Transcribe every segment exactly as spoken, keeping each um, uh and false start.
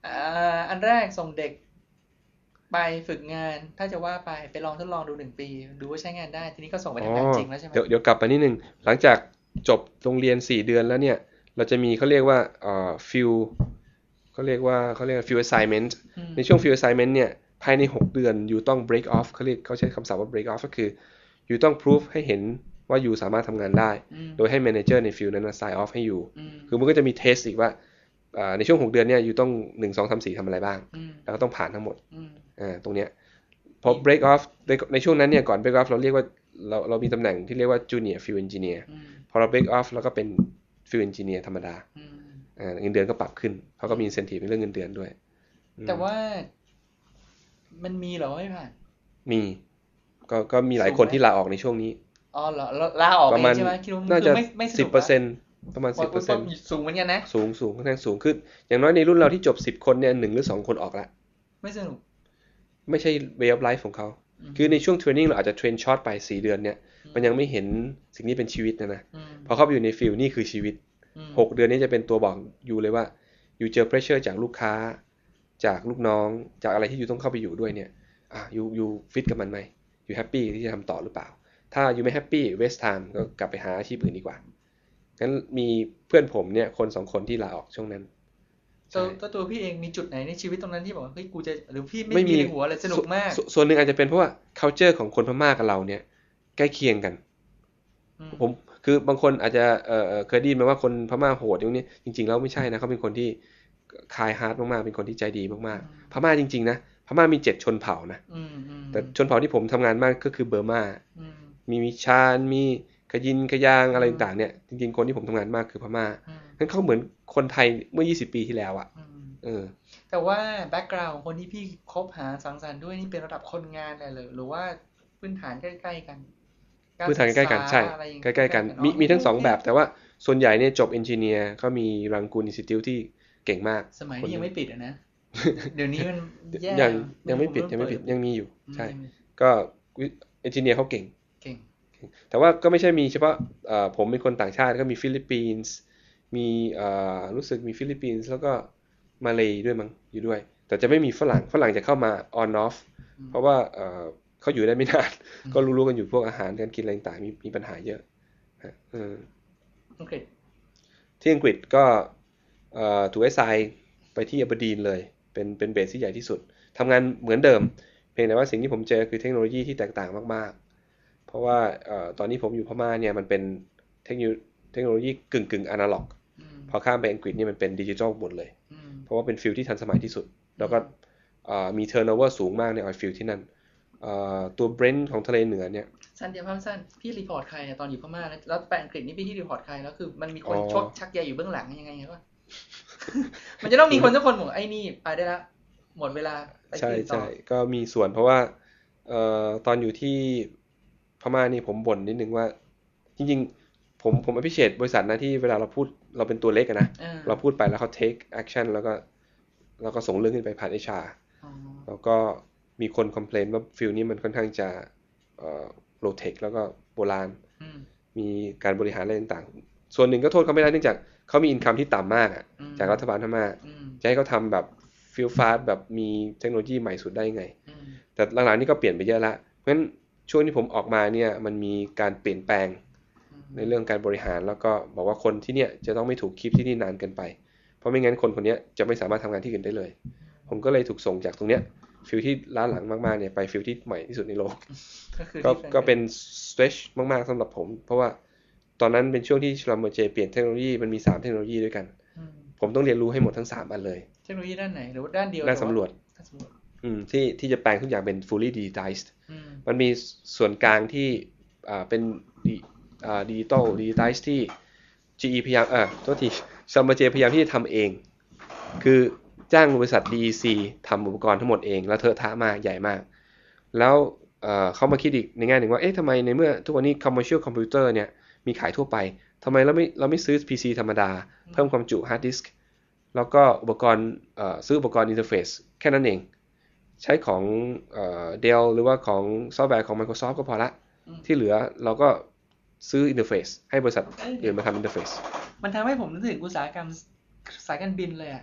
อ่าอันแรกส่งเด็กไปฝึกงานถ้าจะว่าไปไปลองทดลองดูหนึ่งปีดูว่าใช้งานได้ทีนี้ก็ส่งไปอ๋อทำงานจริงแล้วใช่ไหมเดี๋ยวเดี๋ยวกลับไปนิดนึงหลังจากจบโรงเรียนสี่เดือนแล้วเนี่ยเราจะมีเขาเรียกว่าเอ่อ field เขาเรียกว่าเขาเรียกว่า field assignment อืมในช่วง field assignment เนี่ยภายในหกเดือนอยู่ต้อง break off เขาเรียกเขาใช้คำศัพท์ว่า break off ก็คืออยู่ต้อง prove ให้เห็นว่าอยู่สามารถทำงานได้อืมโดยให้ manager ใน field นั้น sign off ให้อยู่อืมคือมันก็จะมี test อีกว่าในช่วงหกเดือนเนี่ยอยู่ต้องหนึ่ง สอง สาม สี่ทำอะไรบ้างอืมแล้วก็ต้องผ่านทั้งหมดอืมอ่าตรงเนี้ยพอมี break off ในช่วงนั้นเนี่ยก่อน break off เราเรียกว่าเราเรามีตำแหน่งที่เรียกว่า junior field engineer อืมพอเรา break off แล้วก็เป็น field engineer ธรรมดาอืมอ่าเงินเดือนก็ปรับขึ้นเขาก็มีอืม incentive ในเรื่องเงินเดือนด้วยแต่ว่ามันมีเหรอไม่ผ่านมีก็ก็มีหลายสูงไหมคนที่ลาออกในช่วงนี้อ๋อเหรอแล้วลาออกประมาณเองใช่ไหมคิดว่ามันน่าจะคือไม่ไม่สสินุกละบเปอร์เซ็นต์ประมาณพอสิบเปอร์พอเซ็นต์สูงเหมือนกันนะสูงสูงค่อนข้างสูงคืออย่างน้อยในรุ่นเราที่จบสิบคนเนี่ยหนึ่งหรือสองคนออกละไม่สนุกไม่ใช่ way of life ของเขาอืมคือในช่วงเทรนนิ่งเราอาจจะเทรนช็อตไปสี่เดือนเนี่ยอืมมันยังไม่เห็นสิ่งนี้เป็นชีวิตนะนะอืมพอเข้าไปอยู่ในฟิลนี่คือชีวิตอืมหกเดือนนี้จะเป็นตัวบอกอยู่เลยว่าอยู่เจอ pressure จากลูกค้าจากลูกน้องจากอะไรที่อยู่ต้องเข้าไปอยู่ด้วยเนี่ยอ่ะอยู่อยู่ฟิตกับมันไหมอยู่แฮปปี้ที่จะทำต่อหรือเปล่าถ้าอยู่ไม่แฮปปี้ waste time ก็กลับไปหาอาชีพอื่นดีกว่างั้นมีเพื่อนผมเนี่ยคนสองคนที่ลาออกช่วงนั้นตัวใช่ตัวตัวพี่เองมีจุดไหนในชีวิตตรงนั้นที่บอกว่าเฮ้ยกูจะหรือพี่ไม่ไม่มีมีในหัวเลยสนุสกมากสส่วนหนึ่งอาจจะเป็นเพราะว่า culture ของคนพม่ากับเราเนี่ยใกล้เคียงกันอืมผมคือบางคนอาจจะเอ่อเอ่อเคยได้ยินมาว่าคนพม่าโหดอย่างนี้จริงๆแล้วไม่ใช่นะเขาเป็นคนที่คายฮาร์ดมากๆเป็นคนที่ใจดีมากอืมๆพม่าจริงๆนะพม่ามีเจ็ดชนเผ่านะอืมอืมแต่ชนเผ่าที่ผมทำงานมากก็คือเบอร์มาอืมมีมีชาญมีขยินขยางอะไรอืมต่างๆเนี่ยจริงๆคนที่ผมทำงานมากคือพม่าอืมงั้นเขาเหมือนคนไทยเมื่อยี่สิบปีที่แล้วอ่ะอืมเออแต่ว่าแบ็กกราวด์ของคนที่พี่คบหาสังสรรค์ด้วยนี่เป็นระดับคนงานเลยหรือหรือว่าพื้นฐานใกล้ๆกันการพื้นฐานใกล้ๆศึกษากันใช่อะไรอย่างใกล้ๆกันใกล้ๆกันอ๋อมีมีทั้งสองโอเคแบบแต่ว่าส่วนใหญ่เนี่ยจบเอนจิเนียร์ก็มีรังกูนอินสติทิวที่เก่งมากสมัยคนหนึงนี้ยังไม่ปิดอ่ะนะเดี๋ยวนี้มันแย่ยังไม่ยังไม่รู้ผมเริ่มปิดยังไม่ปิดเปิดหรือเปล่ายังมีอยู่ใช่อืมยังไม่ก็เอนจิเนียร์เขาเก่งเก่งแต่ว่าก็ไม่ใช่มีเฉพาะเอ่อผมเป็นคนต่างชาติก็มีฟิลิปปินส์มีเอ่อรู้สึกมีฟิลิปปินส์แล้วก็มาเลย์ด้วยมั้งอยู่ด้วยแต่จะไม่มีฝรั่งฝรั่งจะเข้ามา on off อืมเพราะว่าเอ่อเขาอยู่ได้ไม่นานอืก็มรู้ๆกันอยู่พวกอาหารการกินอะไรต่างๆมีมีปัญหาเยอะฮะเอออังกฤษที่อังกฤษก็เอ่อถูกไอ้ทรายไปที่อับเบอร์ดีนเลยเป็นเป็นเบสที่ใหญ่ที่สุดทำงานเหมือนเดิมเพียงแต่ว่าสิ่งที่ผมเจอคือเทคโนโลยีที่แตกต่างมากๆเพราะว่าเอ่อตอนนี้ผมอยู่พม่าเนี่ยมันเป็นเทคโนโลยีเทคโนโลยีกึ่งกึ่งอนาล็อกอืมพอข้ามไปอังกฤษนี่มันเป็นดิจิทัลหมดเลยอืมเพราะว่าเป็นฟิลที่ทันสมัยที่สุดแล้วก็อืมเอ่อมีเทอร์โนเวอร์สูงมากในออยล์ฟิลที่นั่นเอ่อตัวเบรนท์ของทะเลเหนือเนี่ยสั้นเดียวภาพสั้นพี่รีพอร์ตใครอะตอนอยู่พม่าแล้วแล้วไปอังกฤษนี่พี่ที่รีพอร์ตใครแล้วคือมันมีคอ๋อนชดชักใยอยู่เบื้องหลังยังไงครับว่ามันจะต้องมีคนสักคนบอกไอ้นี่ไปได้ละหมดเวลาไปที่ใช่อื่นต่อใช่ก็มีส่วนเพราะว่าเอ่อตอนอยู่ที่พม่านี่ผมบ่นนิดนึงว่าจริงๆผมผม appreciate บริษัทนะที่เวลาเราพูดเราเป็นตัวเล็กอะนะอ่าเราพูดไปแล้วเขา take action แล้วก็แล้วก็ส่งเรื่องขึ้นไปผ่าน เอช อาร์อ๋อแล้วก็มีคนคอมเพลนว่าฟิลนี้มันค่อนข้างจะเอ่อ low tech แล้วก็โบราณอืมมีการบริหารอะไรต่างๆส่วนหนึ่งก็โทษเขาไม่ได้เนื่องจากเขามี income ที่ต่ำมากอะอืมจากรัฐบาลพม่าอืมจะให้เขาทำแบบฟิลฟาสแบบมีเทคโนโลยีใหม่สุดได้ยังไงอืมแต่หลังๆนี่ก็เปลี่ยนไปเยอะละเพราะฉะนั้นช่วงที่ผมออกมาเนี่ยมันมีการเปลี่ยนแปลงอืในมเรื่องการบริหารแล้วก็บอกว่าคนที่เนี่ยจะต้องไม่ถูกคีปที่นี่นานเกินไปเพราะไม่งั้นคนคนนี้จะไม่สามารถทำงานที่อื่นได้เลยผมก็เลยถูกส่งจากตรงเนี้ยฟิลที่ล้าหลังมากๆเนี่ยไปฟิลที่ใหม่ที่สุดในโลกก็คือก็ที่แฟรงก์เฟิร์ตก็เป็น stretch มากๆสำหรับผมเพราะว่าตอนนั้นเป็นช่วงที่ชลัมเมอร์เจเปลี่ยนเทคโนโลยีมันมีสามเทคโนโลยีด้วยกันอืมผมต้องเรียนรู้ให้หมดทั้งสามอันเลยเทคโนโลยีด้านไหนหรือว่าด้านเดียวแต่ว่าด้านสำรวจด้านสำรวจอืมที่ที่จะแปลงทุกอย่างเป็น fully digitized อืมมันมีส่วนกลางที่อ่าเป็นดิอ่าดิจิตอลดิจิไทซ์ที่ จี อี พยายามอ่าโทษทีซัมเมอร์เจพยายามที่จะทำเองคือจ้างบริษัท ดี อี ซี ทำอุปกรณ์ทั้งหมดเองแล้วเทอะทะมากใหญ่มากแล้วเอ่อเขามาคิดอีกในแง่หนึ่งว่าเอ๊ะทำไมในเมื่อทุกวันนี้ commercial computer เนี่ยมีขายทั่วไปทำไมเราไม่เราไม่ซื้อ พี ซี ธรรมดาเพิ่มความจุ hard disk แล้วก็อุปกรณ์เอ่อซื้ออุปกรณ์อินเทอร์เฟซแค่นั้นเองใช้ของเอ่อ Dell หรือว่าของซอฟต์แวร์ของ Microsoft ก็พอละอืมที่เหลือเราก็ซื้ออินเทอร์เฟซให้บริษัทเอ้ยเดี๋ยวอื่นมาทำอินเทอร์เฟซมันทำให้ผมนึกถึงอุตสาหกรรมสายการบินเลยอ่ะคื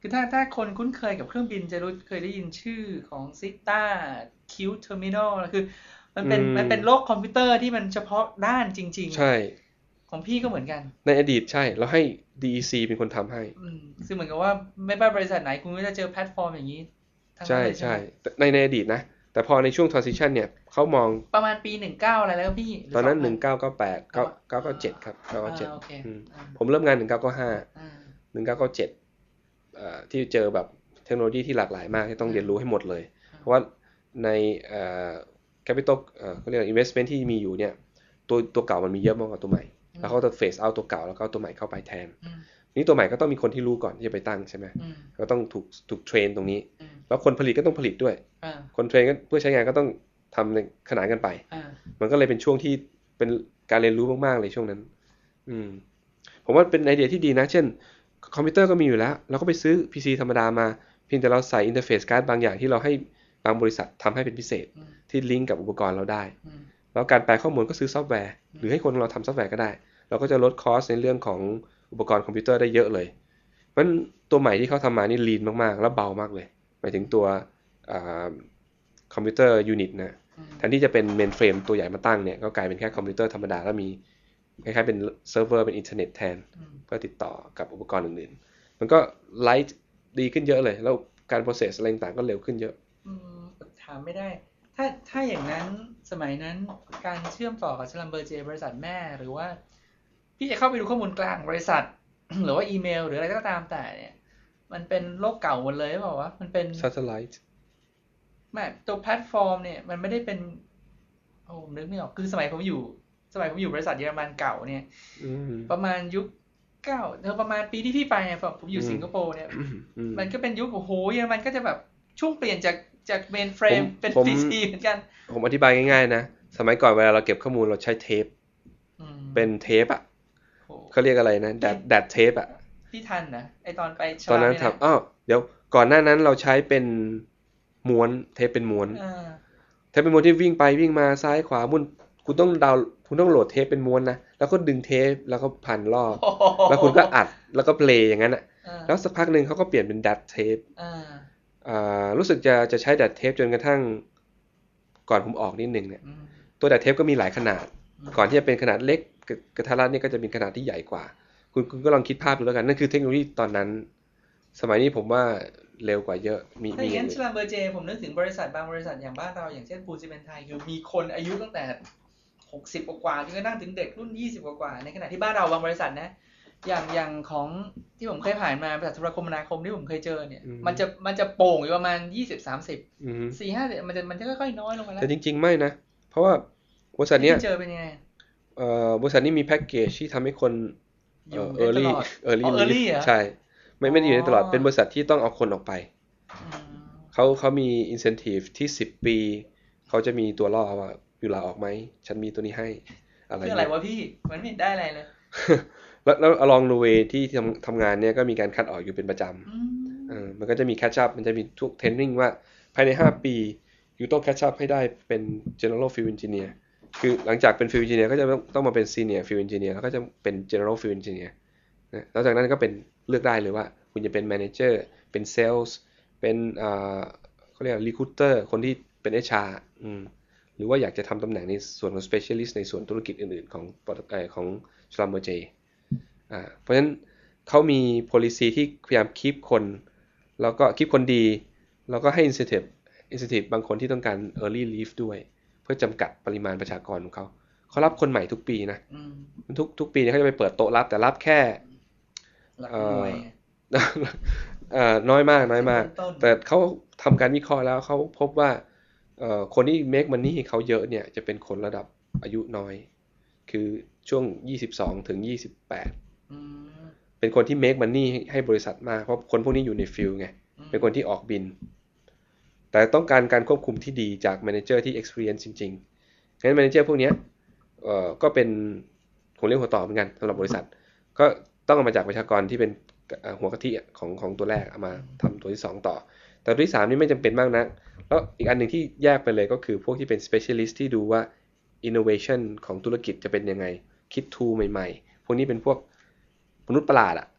คือถ้าถ้าคนคุ้นเคยกับเครื่องบินจะรู้เคยได้ยินชื่อของ Sita Q Terminal นะคือมันเป็นมันเป็นโลกคอมพิวเตอร์ที่มันเฉพาะด้านจริงๆใช่ของพี่ก็เหมือนกันในอดีตใช่เราให้ ดี อี ซี เป็นคนทำให้อืมซึ่งเหมือนกับว่าไม่ว่าบริษัทไหนคุณก็จะเจอแพลตฟอร์มอย่างนี้ทั้งนั้ใช่นเลยใช่ใช่ไหมในในอดีตนะแต่พอในช่วง transition เนี่ยเขามองประมาณปีหนึ่งเก้าอะไรแล้วพี่หรืตอนนั้นสงพัหนึ่งเก้าเก้าแปดเก้าเอาเก้าเก้าเจ็ดครับเก้าเก้าเจ็ดอ่าโอเคอืมอ่าผมเริ่มงานหนึ่งเก้าเก้าห้าอ่าหนึ่งเก้าเก้าเจ็ดเอ่อที่เจอแบบเทคโนโลยีที่หลากหลายมากที่ต้องเรียนรู้ให้หมดเลยเพราะว่าในเอ่อ capital เอ่อเขาเรียก investment ที่มีอยู่เนี่ยตัวตัวเก่ามันมีเยอะมากกว่าตัวใหม่แล้วเขาจะ phase out ตัวเก่าแล้วก็เอาตัวใหม่เข้าไปแทนนี่ตัวใหม่ก็ต้องมีคนที่รู้ก่อนที่จะไปตั้งใช่ไหมก็ต้องถูกถูกเทรนตรงนี้แล้วคนผลิตก็ต้องผลิตด้วยคนเทรนก็เพื่อใช้งานก็ต้องทำในขนานกันไปมันก็เลยเป็นช่วงที่เป็นการเรียนรู้มากๆเลยช่วงนั้นอืมผมว่าเป็นไอเดียที่ดีนะเช่นคอมพิวเตอร์ก็มีอยู่แล้วเราก็ไปซื้อ พี ซี ธรรมดามาเพียงแต่เราใส่อินเทอร์เฟซการ์ดบางอย่างที่เราให้บางบริษัททำให้เป็นพิเศษที่ลิงก์กับอุปกรณ์เราได้แล้วการแปลข้อมูลก็ซื้อซอฟต์แวร์หรือให้คนเราทำซอฟต์แวร์ก็ได้เราก็จะลดคอสในเรื่องของอุปกรณ์คอมพิวเตอร์ได้เยอะเลยเพราะฉะนั้นตัวใหม่ที่เขาทำมานี่ลีนมากๆแล้วเบามากเลยหมายถึงตัวคอมพิวเตอร์ยูนิตนะแทนที่จะเป็นเมนเฟรมตัวใหญ่มาตั้งเนี่ยก็กลายเป็นแค่คอมพิวเตอร์ธรรมดาแล้วมีคล้ายๆเป็นเซิร์ฟเวอร์เป็นอินเทอร์เน็ตแทนเพื่อติดต่อกับอุปกรณ์อื่นๆมันก็ไลท์ดีขึ้นเยอะเลยแล้วการ process อะไรต่างๆก็เร็วขึ้นเยอะถามไม่ได้ถ้าถ้าอย่างนั้นสมัยนั้นการเชื่อมต่อกับสลัมเบอร์เจบริษัทแม่หรือว่าพี่จะเข้าไปดูข้อมูลกลางบริษัท หรือว่าอีเมลหรืออะไรก็ตามแต่เนี่ยมันเป็นโลกเก่าหมดเลยหรือเปล่าวะมันเป็น satellite ไม่ตัวแพลตฟอร์มเนี่ยมันไม่ได้เป็นโอ้ผมนึกไม่ออกคือสมัยผมอยู่สมัยผมอยู่บริษัทเยอรมันเก่าเนี่ยประมาณยุคเก้าเธอประมาณปีที่พี่ไปเนี่ยผมอยู่สิงคโปร์เนี่ยมันก็เป็นยุคโอ้โหเยอรมันก็จะแบบช่วงเปลี่ยนจากจากเมนเฟรมเป็น พี ซี เหมือนกันผมอธิบายง่ายๆนะสมัยก่อนเวลาเราเก็บข้อมูลเราใช้เทปเป็นเทปอ่ะเขาเรียกอะไรนะดัดดัดเทปอ่ะพี่ทันนะไอตอนไปตอนนั้นทำอ้าวเดี๋ยวก่อนหน้านั้นเราใช้เป็นม้วนเทปเป็นม้วนเทปเป็นม้วนที่วิ่งไปวิ่งมาซ้ายขวามุ่นคุณต้องดาวคุณต้องโหลดเทปเป็นม้วนนะแล้วก็ดึงเทปแล้วก็พันรอบแล้วคุณก็อัดแล้วก็เพลย์อย่างนั้นอ่ะแล้วสักพักนึงเขาก็เปลี่ยนเป็นดัดเทปอ่ารู้สึกจะจะใช้ดัดเทปจนกระทั่งก่อนผมออกนิดนึงเนี่ยตัวดัดเทปก็มีหลายขนาดก่อนที่จะเป็นขนาดเล็กกระทัดรัดนี่ก็จะเป็นขนาดที่ใหญ่กว่าคุณคุณก็ลองคิดภาพดูแล้วกันนั่นคือเทคโนโลยีตอนนั้นสมัยนี้ผมว่าเร็วกว่าเยอะมีมีอย่างนั้นสลัมเบอร์เจผมนึกถึงบริษัทบางบริษัทอย่างบ้านเราอย่างเช่นปูนซีเมนต์ไทยคือมีคนอายุตั้งแต่หกสิบกว่าจนกระทั่งถึงเด็กรุ่นยี่สิบกว่าในขณะที่บ้านเราบางบริษัทนะอย่างอย่างของที่ผมเคยผ่านมาบริษัทโทรคมนาคมที่ผมเคยเจอเนี่ยมันจะมันจะโป่งอยู่ประมาณยี่สิบ สามสิบ สี่ ห้าสิบมันจะมันจะค่อยๆน้อยลงมาแล้วแต่จริงๆไม่นะเพราะว่าบริษัทเนี้ยเจอเป็นยังไงเอ่อบริษัทนี้มีแพ็คเกจที่ทำให้คนเอ่อ early early early ใช่ไม่ไม่ได้อยู่ในตลอดเป็นบริษัทที่ต้องเอาคนออกไปเขาเขามี incentive ที่สิบปีเขาจะมีตัวล่อว่าอยู่ลาออกไหมฉันมีตัวนี้ให้อะไรคืออะไรวะพี่มันไม่ได้อะไรเลยแล้วแล้ว along the way ที่ทำทำงานเนี่ยก็มีการคัดออกอยู่เป็นประจำอ่ามันก็จะมี catch up มันจะมีทุก training ว่าภายในห้าปีอยู่ต้อง catch up ให้ได้เป็น general field engineer คือหลังจากเป็น field engineer ก็จะต้องมาเป็น senior field engineer แล้วก็จะเป็น general field engineer นะแล้วจากนั้นก็เป็นเลือกได้เลยว่าคุณจะเป็น manager เป็น sales เป็นอ่าเขาเรียก recruiter คนที่เป็น เอช อาร์ อืมหรือว่าอยากจะทำตำแหน่งในส่วนของ specialist ในส่วนธุรกิจอื่นๆของของ Schlumberger อ่าเพราะฉะนั้นเขามี policy ที่พยายาม keep คนแล้วก็ keep คนดีแล้วก็ให้ incentive incentive บางคนที่ต้องการ early leave ด้วยเพื่อจำกัดปริมาณประชากรของเขาเขารับคนใหม่ทุกปีนะทุกทุกปีเขาจะไปเปิดโต๊ะรับแต่รับแค่เอ่อเอ่อน้อยมากน้อยมากแต่เขาทำการวิเคราะห์แล้วเขาพบว่าเอ่อคนที่ make money เขาเยอะเนี่ยจะเป็นคนระดับอายุน้อยคือช่วงยี่สิบสองถึงยี่สิบแปดเป็นคนที่ make money ให้บริษัทมากเพราะคนพวกนี้อยู่ในฟิลไงเป็นคนที่ออกบินแต่ต้องการการควบคุมที่ดีจาก manager ที่ experience จริงๆงั้น manager พวกนี้เอ่อก็เป็นผมเรียกหัวต่อเหมือนกันสำหรับบริษัทก็ต้องเอามาจากประชากรที่เป็นหัวกะทิของของตัวแรกเอามาทำตัวที่สองต่อแต่ตัวที่สามนี่ไม่จำเป็นมากนะแล้วอีกอันหนึ่งที่แยกไปเลยก็คือพวกที่เป็น specialist ที่ดูว่า innovation ของธุรกิจจะเป็นยังไงคิด tool ใหม่ๆพวกนี้เป็นพวกมนุษย์ประหลาดอ่ะ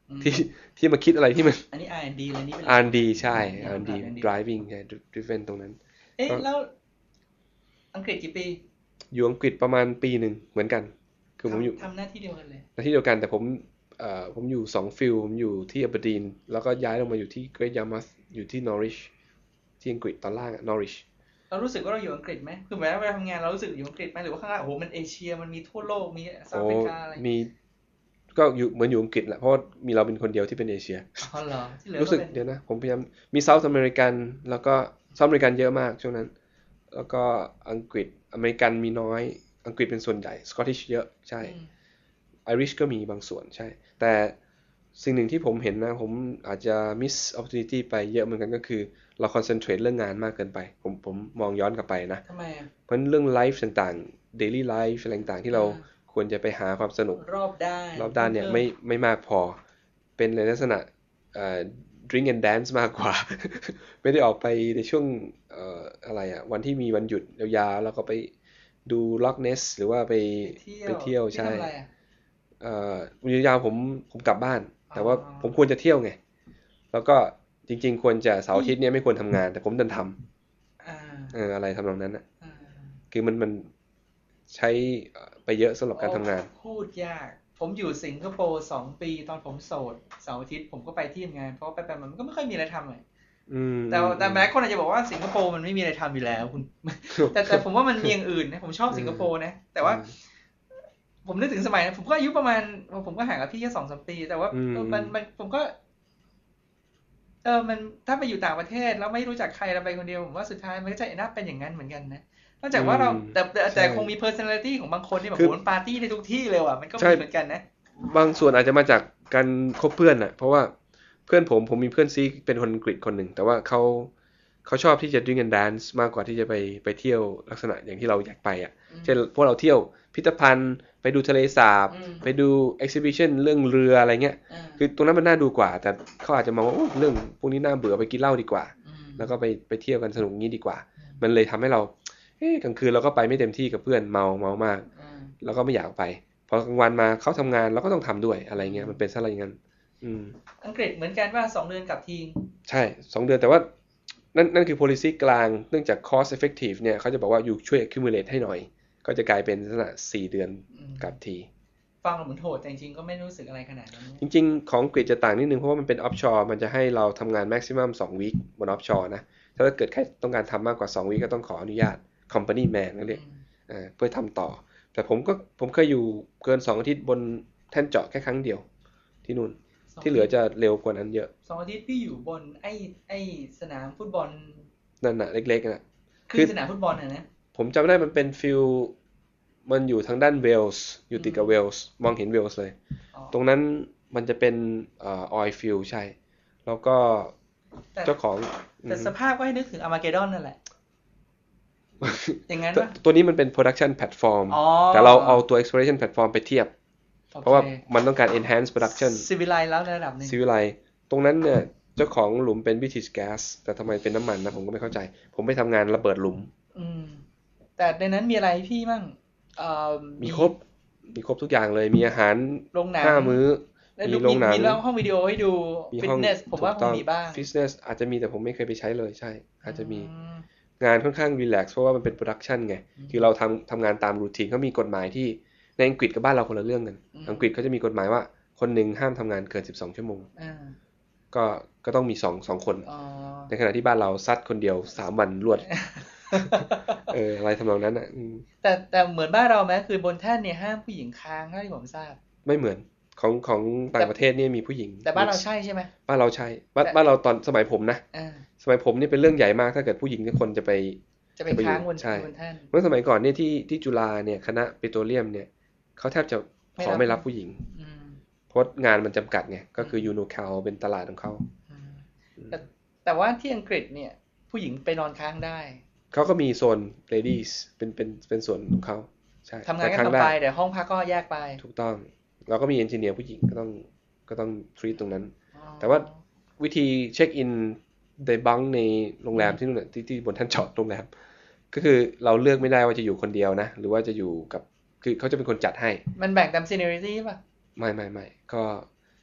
อืมที่ที่มาคิดอะไรที่มันอันนี้ อาร์ แอนด์ ดี เลยนี่เป็นอาร์ แอนด์ ดี ใช่อืมอาร์ แอนด์ ดีอาร์ แอนด์ ดี driving ใช่ driven ตรงนั้นเอ๊ะก็แล้วอังกฤษกี่ปีอยู่อังกฤษประมาณปีหนึ่งเหมือนกัน คือผมอยู่ทำทำหน้าที่เดียวกันเลยหน้าที่เดียวกันแต่ผมเอ่อผมอยู่สองฟิลผมอยู่ที่อับเบอร์ดีนแล้วก็ย้ายลงมาอยู่ที่เกรทยามัธอยู่ที่นอริชที่อังกฤษตอนล่างอะนอริชเรารู้สึกว่าเราอยู่อังกฤษไหมคือหมายว่าเวลาทำงานเรารู้สึกอยู่อังกฤษไหมหรือว่าข้างล่างโอ้โหมันเอเชียมันมีทั่วโลกมีเซาท์แอฟริกาอะไรมีก็อยู่เหมือนอยู่อังกฤษแหละเพราะว่ามีเราเป็นคนเดียวที่เป็นเอเชียอ๋อเหรอที่เหลือรู้ก็สึกเป็นเดี๋ยวนะผมพยายามมีเซาท์อเมริกันแล้วก็เซาท์อเมริกันเยอะมากช่วงนั้น แล้วก็อังกฤษอเมริกันมีน้อยอังกฤษเป็นส่วนใหญ่สกอตติชเยอะใช่อืมไอริชก็มีบางส่วนใช่แต่สิ่งหนึ่งที่ผมเห็นนะผมอาจจะ miss opportunity ไปเยอะเหมือนกันก็คือเรา concentrate เรื่องงานมากเกินไปผมผมมองย้อนกลับไปนะทำไมอ่ะเพราะเรื่อง life ต่างๆ daily life อะไรต่างๆที่เราอ่าควรจะไปหาความสนุกรอบด้านรอบด้านเนี่ยไม่ไม่มากพอเป็นในลักษณะเอ่อ drink and dance มากกว่า ไม่ได้ออกไปในช่วงเอ่ออะไรอ่ะวันที่มีวันหยุดยาวๆแล้วก็ไปดู Loch Ness หรือว่าไปไปเที่ยวไปเที่ยวใช่พี่ทำอะไรอ่ะเอ่อวันหยุดยาวผมผมกลับบ้านอ๋อแต่ว่าผมควรจะเที่ยวไงแล้วก็จริงๆควรจะเสาร์อาทิตย์เนี่ยไม่ควรทำงานแต่ผมดันทอ่าำเอออะไรทำนองนั้นอ่ะอ่าคือมันมันใช้เอ่อไปเยอะสำหรับการทำงานพูดยาก ผมอยู่สิงคโปร์สองปีตอนผมโสดเสาร์อาทิตย์ผมก็ไปที่ทำงานเพราะไปไปมันก็ไม่ค่อยมีอะไรทำเลยอืมแต่แต่หลายคนอาจจะบอกว่าสิงคโปร์มันไม่มีอะไรทำอยู่แล้วคุณ แต่แต่ผมว่ามันมีอย่างอื่นนะผมชอบสิงคโปร์นะแต่ว่า ผมนึกถึงสมัยนั้นผมก็อายุประมาณผมก็ห่างกับพี่แค่สองสามปี แต่ว่าอืมเออมันมันผมก็เออมันถ้าไปอยู่ต่างประเทศแล้วไม่รู้จักใครเราไปคนเดียวผมว่าสุดท้ายมันก็จะน่าเป็นอย่างนั้นเหมือนกันนะนอกจากว่าเราแต่แต่แต่คงมี personality ของบางคนที่แบบโหมันปาร์ตี้ในทุกที่เลยว่ะมันก็มีเหมือนกันนะบางส่วนอาจจะมาจากการคบเพื่อนน่ะเพราะว่าเพื่อนผมผมมีเพื่อนซีเป็นคนอังกฤษคนหนึ่งแต่ว่าเขาเขาชอบที่จะ drink and dance มากกว่าที่จะไปไปเที่ยวลักษณะอย่างที่เราอยากไปอ่ะเช่นพวกเราเที่ยวพิพิธภัณฑ์ไปดูทะเลสาบอืมไปดู exhibition เรื่องเรืออะไรเงี้ยอ่าคือตรงนั้นมันน่าดูกว่า แต่เขาอาจจะมองว่าโอ้เรื่องพวกนี้น่าเบื่อไปกินเหล้าดีกว่าอืมแล้วก็ไปไปเที่ยวกันสนุกงี้ดีกว่า มันเลยทำให้เราเอ๊ะกลางคืนเราก็ไปไม่เต็มที่กับเพื่อนเมาเมามากอ่าแล้วก็ไม่อยากไปพอกลางวันมาเขาทำงานเราก็ต้องทำด้วยอะไรเงี้ยมันเป็นซะอะไรอย่างนั้นอืมอังกฤษเหมือนกันว่าสองเดือนกลับทีใช่สองเดือนแต่ว่านั่นนั่นคือ policy กลางเนื่องจาก cost effective เนี่ยเขาจะบอกว่าอยู่ช่วย accumulate ให้หน่อย ก็จะกลายเป็นลักษณะสี่เดือนอืมกลับทีฟังเหมือนโหดแต่จริงๆก็ไม่รู้สึกอะไรขนาดนั้นจริงๆ ของอังกฤษจะต่างนิดนึงเพราะว่ามันเป็น offshore มันจะให้เราทำงาน maximum สองวีคบน offshore นะถ้าเกิดใครต้องการทำมากกว่าสองวีคก็ต้องขออนุญาต company man นั่นเรียกอืมเอ่อเพื่อทำต่อ แต่ผมก็ผมเคยอยู่เกินสองอาทิตย์บนแท่นเจาะแค่ครั้งเดียวที่นู่นที่เหลือจะเร็วกว่านั้นเยอะสองอาทิตย์พี่อยู่บนไอ้ไอ้สนามฟุตบอลนั่นน่ะเล็กๆน่ะคือสนามฟุตบอลน่ะนะผมจำได้มันเป็นฟิลมันอยู่ทางด้านเวลส์อยู่ติดกับเวลส์มองเห็นเวลส์เลยอ๋อตรงนั้นมันจะเป็นเอ่อออยล์ฟิลใช่ แล้วก็แต่เจ้าของแต่สภาพก็ให้นึกถึงอาร์มาเกดดอนนั่นแหละ อย่างนั้นตัวปะตัวนี้มันเป็น production platform อ๋อแต่เราเอาตัว exploration platform ไปเทียบโอคเพราะว่ามันต้องการ enhance production ซีวิไลซ์แล้วในระดับหนึ่งซีวิไลตรงนั้นเนี่ยเจ้าของหลุมเป็น British Gas แต่ทำไมเป็นน้ำมันนะผมก็ไม่เข้าใจ ผมไปทำงานระเบิดหลุมอืมแต่ในนั้นมีอะไรให้พี่มั่งเอ่อมีครบ มีครบทุกอย่างเลย มีอาหารโรงหนังห้ามื้อแล้วมีดูโรงหนังมีห้องวิดีโอให้ดูมีฟิห้ตองเนสผมว่าคงมีบ้างฟิตเนสอาจจะมีแต่ผมไม่เคยไปใช้เลยใช่ อาจจะมีอืมงานค่อนข้างรีแลกซ์เพราะว่ามันเป็นโปรดักชันไงอืมคือเราทำทำงานตามรูทีนเขามีกฎหมายที่ในอังกฤษกับบ้านเราคนละเรื่องกันอืมอังกฤษเขาจะมีกฎหมายว่าคนหนึ่งห้ามทำงานเกินสิบสองชั่วโมงอ่าก็ก็ต้องมีสองสองคนอ๋อในขณะที่บ้านเราซัดคนเดียวสามวันรวด เอออะไรทำนองนั้นอ่ะอืมแต่แต่เหมือนบ้านเราไหมคือบนแท่นเนี่ยห้ามผู้หญิงค้างเท่าที่ผมทราบไม่เหมือนของของต่างประเทศเนี่ยมีผู้หญิงแต่บ้านเราใช่ใช่ไหมบ้านเราใช่บ้านแต่บ้านเราตอนสมัยผมนะอ่าสมัยผมนี่เป็นเรื่องใหญ่มากถ้าเกิดผู้หญิงทุกคนจะไปจะไปจะไปอยู่ค้างบนใช่บนแท่นเมื่อสมัยก่อนเนี่ยที่ที่จุฬาเนี่ยคณะปิโตรเลียมเนี่ยเขาแทบจะไม่ขรัอบ ไม่รับผู้หญิงอืมเพราะงานมันจำกัดไงก็คือยูโนแคลเป็นตลาดของเขาอืมแต่แต่ว่าที่อังกฤษเนี่ย ผู้หญิงไปนอนค้างได้เขาก็มีโซน ladies เป็นเป็นเป็นส่วนของเขาใช่ทำงานก็แต่ค้ทำได้ไปแต่ห้องพักก็แยกไปถูกต้องเราก็มีเอนจิเนียร์ผู้หญิงก็ต้องก็ต้อง treat ตรงนั้นอ๋อแต่ว่าวิธีเช็คอินในบังในโรงแรมที่นู่นนะที่ที่บนท่านจอดโรงแรมก็คือเราเลือกไม่ได้ว่าจะอยู่คนเดียวนะ หรือว่าจะอยู่กับคือเขาจะเป็นคนจัดให้มันแบ่งตาม seniority ป่ะไม่ไม่ไม่ก็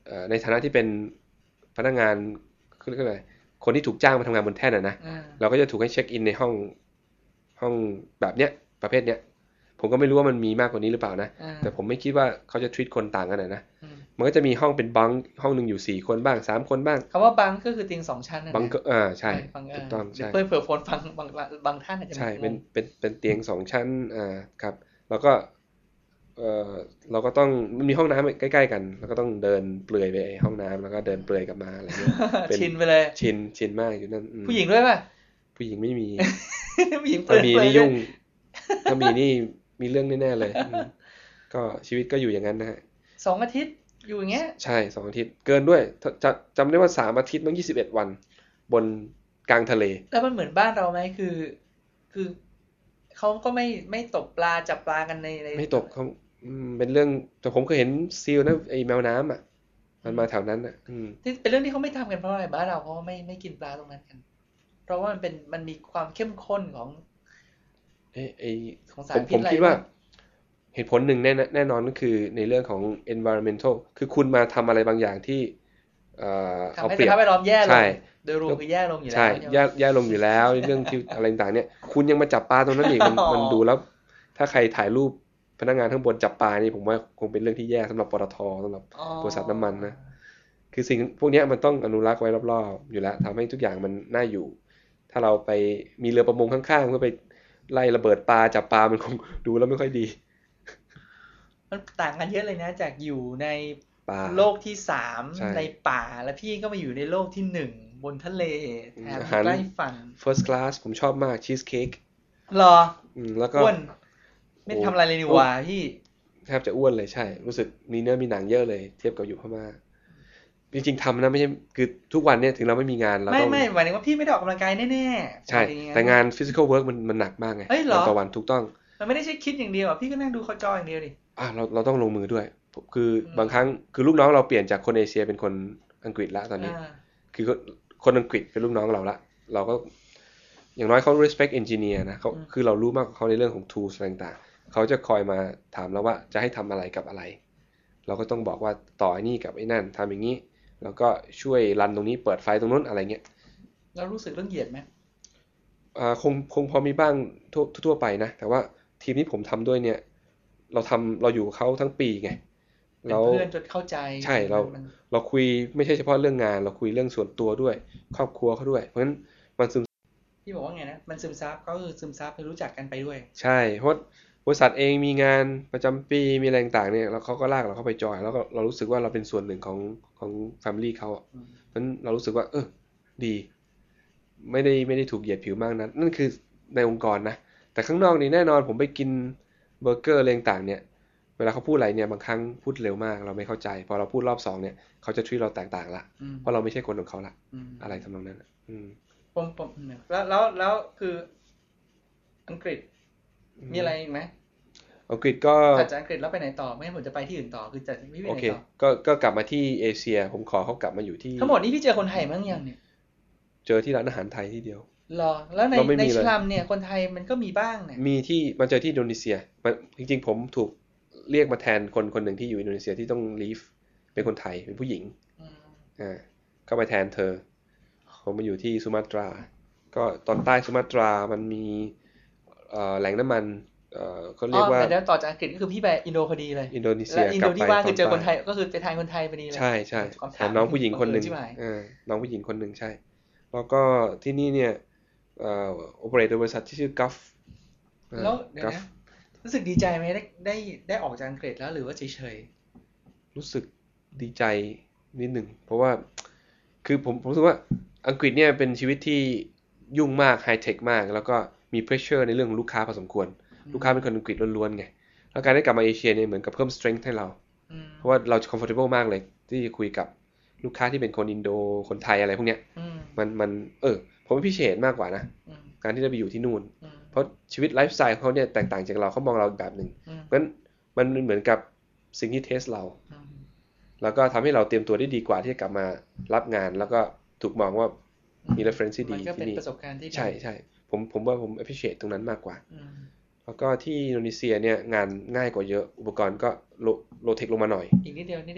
เอ่อในฐานะที่เป็นพนักงานคือเรียกอะไรคนที่ถูกจ้างมาทำงานบนแท่นอ่ะนะอ่าเราก็จะถูกให้เช็คอินในห้องห้องแบบเนี้ยประเภทเนี้ยผมก็ไม่รู้ว่ามันมีมากกว่านี้หรือเปล่านะอ่าแต่ผมไม่คิดว่าเขาจะ treat คนต่างกันนะนะอืมมันก็จะมีห้องเป็นบังห้องหนึ่งอยู่สี่คนบ้างสามคนบ้างคำว่าบังก็คือเตียงสองชั้นนะบังก็อ่าใช่บังถูกต้องใช่เพื่อเผื่อคนฟังบางบางท่านอาจจะใช่งเป็นงเป็นเป็นเตียงสองชั้นอ่าครับแล้วก็เออเราก็ต้องมันมีห้องน้ำใกล้ๆกัน แล้วก็ต้องเดินเปลือยไปห้องน้ำแล้วก็เดินเปลือยกลับมาอะไรเงี้ย เป็นชินไปเลยชินชินมากอยู่นั่นอืมผู้หญิงด้วยป่ะผู้หญิงไม่มีผู้หญิงเปถ้าลือยมีเปลือยนี่ยุ่ง ถ้ามีนี่มีเรื่องแน่ๆเลยอืมก็ชีวิตก็อยู่อย่างนั้นนะฮะสองอาทิตย์อยู่อย่างเงี้ยใช่สองอาทิตย์เกินด้วยถ้าจะจำได้ว่าสามอาทิตย์มั้งยี่สิบเอ็ดวัน บนกลางทะเลแล้วมันเหมือนบ้านเราไหมคือ คือเขาก็ไม่ไม่ตกปลาจับปลากันในในไม่ตกเขาอืมเป็นเรื่องแต่ผมเคยเห็นซีลนะไอ้แมวน้ำอ่ะมันมาแถวนั้นอ่ะอืมที่เป็นเรื่องที่เขาไม่ทำกันเพราะอะไรบ้านเราเขาไม่ไม่กินปลาตรงนั้นกัน เพราะว่ามันเป็นมันมีความเข้มข้นของเอ้ไอ้ของผสารมพิผษมอะไรคิดว่าบ้างเหตุผลหนึ่งแน่แน่นอนก็คือในเรื่องของ environmental คือคุณมาทำอะไรบางอย่างที่เอ่อทำเอาให้เปสรียบภาพแวดล้อมแย่ลใช่งโดยรวมคือแย่ลงอยู่แล้ใช่วใช่ไหมแย่แย่ลงอยู่แล้วเรื่องที่อะไรต่างๆเนี่ยคุณยังมาจับปลาตรงนั้นอีกมันอ๋อมันดูแล้ว ถ้าใครถ่ายรูปพนักงานข้างบนจับปลานี่ผมว่าคงเป็นเรื่องที่แย่สำหรับปตทสำหรับอ๋อบริษัทน้ำมันนะ คือสิ่งพวกเนี้ยมันต้องอนุรักษ์ไว้รอบๆอยู่แล้วทำให้ทุกอย่างมันน่าอยู่ ถ้าเราไปมีเรือประมงข้างๆเพื่อไปไล่ระเบิดปลาจับปลามันคงดูแล้วไม่ค่อยดีมันต่างกันเยอะเลยนะ จากอยู่ในป่าโลกที่สามใช่ในป่าแล้วพี่ก็มาอยู่ในโลกที่หนึ่งบนทะเลแถมอาหารใกล้ฝั่ง first class ผมชอบมากชีสเค้กรอแล้วก็อ้วนไม่ทำอะไรเลยนี่หว่าพี่แทบจะอ้วนเลยใช่ รู้สึกมีเนื้อมีหนังเยอะเลย เทียบกับอยู่พม่าจริงๆทำนะไม่ใช่คือทุกวันเนี่ยถึงเราไม่มีงานเราไม่ต้องไม่หมายถึงว่าพี่ไม่ได้ออกกำลังกายแน่ๆใช่หมายถึแต่งาน physical work มันมันหนักมากไงเอ้ยเหรอวันต่อวันถูกต้องมันไม่ได้ใช่คิดอย่างเดียวอ่ะพี่ก็นั่งดูเขาจออย่างเดียวดิอ่ะเราเราต้องลงมือด้วย คืออมบางครั้งคือลูกน้องเราเปลี่ยนจากคนเอเชียเป็นคนอังกฤษละตอนนี้อ่าคือคนอังกฤษเป็นลูกน้องเราละเราก็อย่างน้อยเขา respect engineer นะเขาอืมคือเรารู้มากกว่าเขาในเรื่องของ tools อะไรต่างๆเขาจะคอยมาถามเราว่าจะให้ทำอะไรกับอะไร เราก็ต้องบอกว่าต่อไอ้นี่กับไอ้นั่นทำอย่างนี้แล้วก็ช่วยรันตรงนี้เปิดไฟตรงนู้นอะไรเงี้ยแล้วรู้สึกเรื่องเหยียดไหมอ่าคงคงพอมีบ้างทั่วทั่วไปนะ แต่ว่าทีมที่ผมทำด้วยเนี่ย เราทำเราอยู่กับเขาทั้งปีไงเป็นแล้วเพื่อนจนเข้าใจใช่เรามันเราคุยไม่ใช่เฉพาะเรื่องงาน เราคุยเรื่องส่วนตัวด้วย ครอบครัวเขาด้วย เพราะฉะนั้นมันซึมพี่บอกว่าไงนะมันซึมซับก็คือซึมซับไปรู้จักกันไปด้วยใช่เพราะบริษัทเองมีงานประจำปีมีอะไรต่างๆเนี่ยแล้วเขาก็ลากเราเข้าไปจอยแล้วก็เรารู้สึกว่าเราเป็นส่วนหนึ่งของของ family เขาอ่ะอืมเพราะฉะนั้นเรารู้สึกว่า เออดี ไม่ได้ไม่ได้ถูกเหยียดผิวมากนะนั่นคือในองค์กรนะ แต่ข้างนอกนี่แน่นอนผมไปกินเบอร์เกอร์อะไรต่างๆเนี่ย เวลาเขาพูดอะไรเนี่ยบางครั้งพูดเร็วมากเราไม่เข้าใจ พอเราพูดรอบสองเนี่ยเขาจะ treat เราแตกต่างละอืมเพราะเราไม่ใช่คนของเขาละอืมอะไรทำนองนั้นอะอืมผมผมแล้วแล้วแล้วคืออังกฤษมีอะไรอีกไหมอังกฤษก็ถัดจากอังกฤษแล้วไปไหนต่อไม่งั้นผมจะไปที่อื่นต่อคือจากพี่ไปโอไหนเคต่อก็ก็กลับมาที่เอเชีย ผมขอเขากลับมาอยู่ที่ทั้งหมดนี้พี่เจอคนไทยมั้งยังเนี่ยเจอที่ร้านอาหารไทยที่เดียวรอแล้วในเราไม่ในมีเลยสลัมเนี่ยคนไทยมันก็มีบ้างเนี่ยมีที่มาเจอที่อินโดนีเซียมันจริงๆผมถูกเรียกมาแทนคนคนหนึ่งที่อยู่อินโดนีเซียที่ต้อง leave เป็นคนไทยเป็นผู้หญิงอืมอ่าเข้าไปแทนเธอ ผมมาอยู่ที่สุมาตรา ก็ตอนใต้สุมาตรามันมีเอ่อแหล่งน้ำมันเอ่อเขาเรียกว่าอ๋อแต่แล้วต่อจากอังกฤษก็คือพี่ไปอินโดพอดีเลยอินโดนีเซีแล้ยวอินกโดลับที่ไปว่าตคือเจอใต้คนไทยก็คือไปทานคนไทยพอดีเลยใช่ใช่ความแถถามมน้องผู้หญิงคนหนึ่งบัเอิญใช่ไหมเออน้องผู้หญิงคนหนึ่งใช่ แล้วก็ที่นี่เนี่ยเอ่อโอเปอเรตโดยบริษัทที่ชื่อ Gulf แล้วเดี๋ยวนะรู้สึกดีใจไหมได้ได้ได้ออกจากอังกฤษแล้วหรือว่าเฉยรู้สึกดีใจนิดหนึ่งเพราะว่าคือผมผมรู้สึกว่าอังกฤษเนี่ยเป็นชีวิตที่ยุ่งมากไฮเทคมาก แล้วก็มีเพรสเชอร์ในเรื่องของลูกค้าพอสมควรๆลูกค้าเป็นคนอังกฤษล้วนๆไงแล้วการได้กลับมาเอเชียเนี่ยเหมือนกับเพิ่ม strength ให้เราอืมเพราะว่าเรา comfortable มากเลยที่จะคุยกับลูกค้าที่เป็นคนอินโดคนไทยอะไรพวกเนี้ยอืมมันมันเออผมว่าพิเศษมากกว่านะอืมการที่ได้ไปอยู่ที่นู่นอืมเพราะชีวิตไลฟ์สไตล์ของเขาเนี่ยแตกต่างจากเราเขามองเราอีกแบบหนึ่งอืมเพราะฉะนั้นมันเหมือนกับสิ่งที่เทสเราอืมแล้วก็ทำให้เราเตรียมตัวได้ดีกว่าที่จะกลับมารับงาน แล้วก็ถูกมองว่ามี reference ที่ดีมันก็เป็ที่นนี่ประสบการณ์ที่ดีใช่ใช่ผมผมว่าผม appreciate ตรงนั้นมากกว่าอืมแล้วก็ที่อินโดนีเซียเนี่ยงานง่ายกว่าเยอะ อุปกรณ์ก็โลโลเทคลงมาหน่อยอีกนิดเดียวนิดเดียว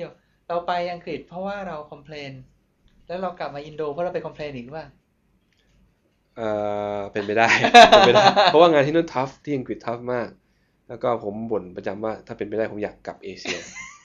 เราไปอังกฤษเพราะว่าเราคอมเพลนแล้วเรากลับมาอินโดเพราะเราไปคอมเพลนอีกหรือเปล่าเอ่อเป็นไปได้ เป็นไปได้เพราะว่างานที่นู่นทัฟที่อังกฤษทัฟมากแล้วก็ผมบ่นประจำว่าถ้าเป็นไปได้ผมอยากกลับเอเชีย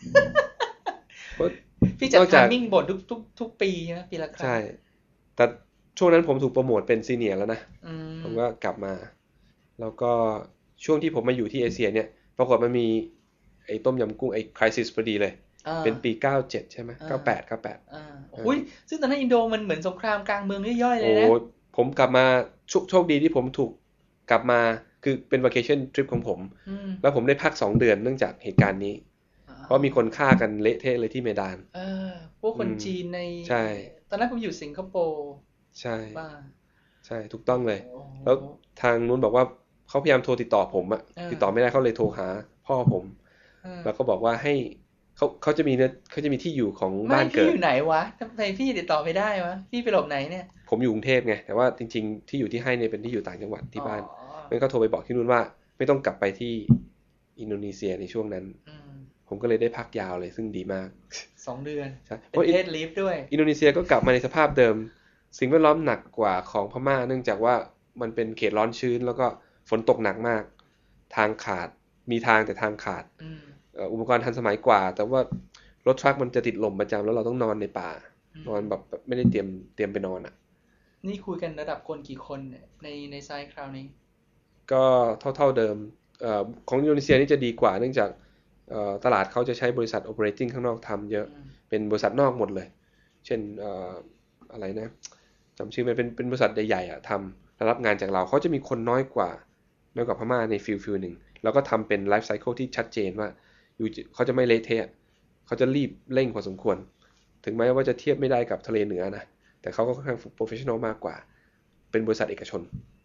พี่จะทำมิ่งบ่นทุกทุกทุกปีใช่ไหมปีละครั้งใช่แต่ช่วงนั้นผมถูกโปรโมทเป็นซีเนียร์แล้วนะผมก็กลับมาแล้วก็ช่วงที่ผมมาอยู่ที่เอเชียเนี่ยปรากฏมันมีไอ้ต้มยำกุ้งไอ้คริสิสพอดีเลยเป็นปีเก้าเจ็ดใช่ไหมเก้าแปด เก้าแปดอ่าโอ้ยซึ่งตอนนั้นอินโดมันเหมือนสงครามกลางเมืองย่อยๆเลยนะโอ้ผมกลับมาโชคโชคดีที่ผมถูกกลับมาคือเป็น vacation trip ของผมแล้วผมได้พักสองเดือนเนื่องจากเหตุการณ์นี้เพราะมีคนฆ่ากันเละเทะเลยที่เมดานเออพวกคนจีนในใช่ตอนนั้นผมอยู่สิงคโปร์ใช่ใช่ถูกต้องเลยแล้วทางนู้นบอกว่าเขาพยายามโทรติดต่อผมอะติดต่อไม่ได้เขาเลยโทรหาพ่อผมแล้วก็บอกว่าให้เขาเขาจะมีเนื้อเขาจะมีที่อยู่ของบ้านเกิดพี่อยู่ไหนวะทำไมพี่ติดต่อไม่ได้วะพี่ไปหลบไหนเนี่ยผมอยู่กรุงเทพไงแต่ว่าจริงๆที่อยู่ที่ให้เนี่ยเป็นที่อยู่ต่างจังหวัดที่บ้านงั้นก็โทรไปบอกที่นู่นว่าไม่ต้องกลับไปที่อินโดนีเซียในช่วงนั้นผมก็เลยได้พักยาวเลยซึ่งดีมากสองเดือนใช่เป็นเพดลีฟด้วยอินโดนีเซียก็กลับมาในสภาพเดิมสิ่งแวดล้อมหนักกว่าของพม่าเนื่องจากว่ามันเป็นเขตร้อนชื้นแล้วก็ฝนตกหนักมากทางขาดมีทางแต่ทางขาดอุปกรณ์ทันสมัยกว่าแต่ว่ารถทรัคมันจะติดลมประจำแล้วเราต้องนอนในป่านอนแบบไม่ได้เตรียมเตรียมไปนอนอ่ะนี่คุยกันระดับคนกี่คนในในไซต์คราวนี้ก็เท่าเท่าเดิมเอ่อของอินโดนีเซียนี่จะดีกว่าเนื่องจากเอ่อตลาดเขาจะใช้บริษัท operating ข้างนอกทำเยอะเป็นบริษัทนอกหมดเลยเช่นเอ่ออะไรนะจำชื่อมันเป็นเป็นบริษัทใหญ่ๆอ่ะทำรับงานจากเราเขาจะมีคนน้อยกว่าน้อยกว่าพม่าในฟิลฟิลหนึ่งแล้วก็ทำเป็นไลฟ์ไซเคิลที่ชัดเจนว่าอยู่เขาจะไม่เละเทะเขาจะรีบเร่งพอสมควรถึงแม้ว่าจะเทียบไม่ได้กับทะเลเหนือนะแต่เขาก็ค่อนข้างโปรเฟชชั่นอลมากกว่าเป็นบริษัทเอกชน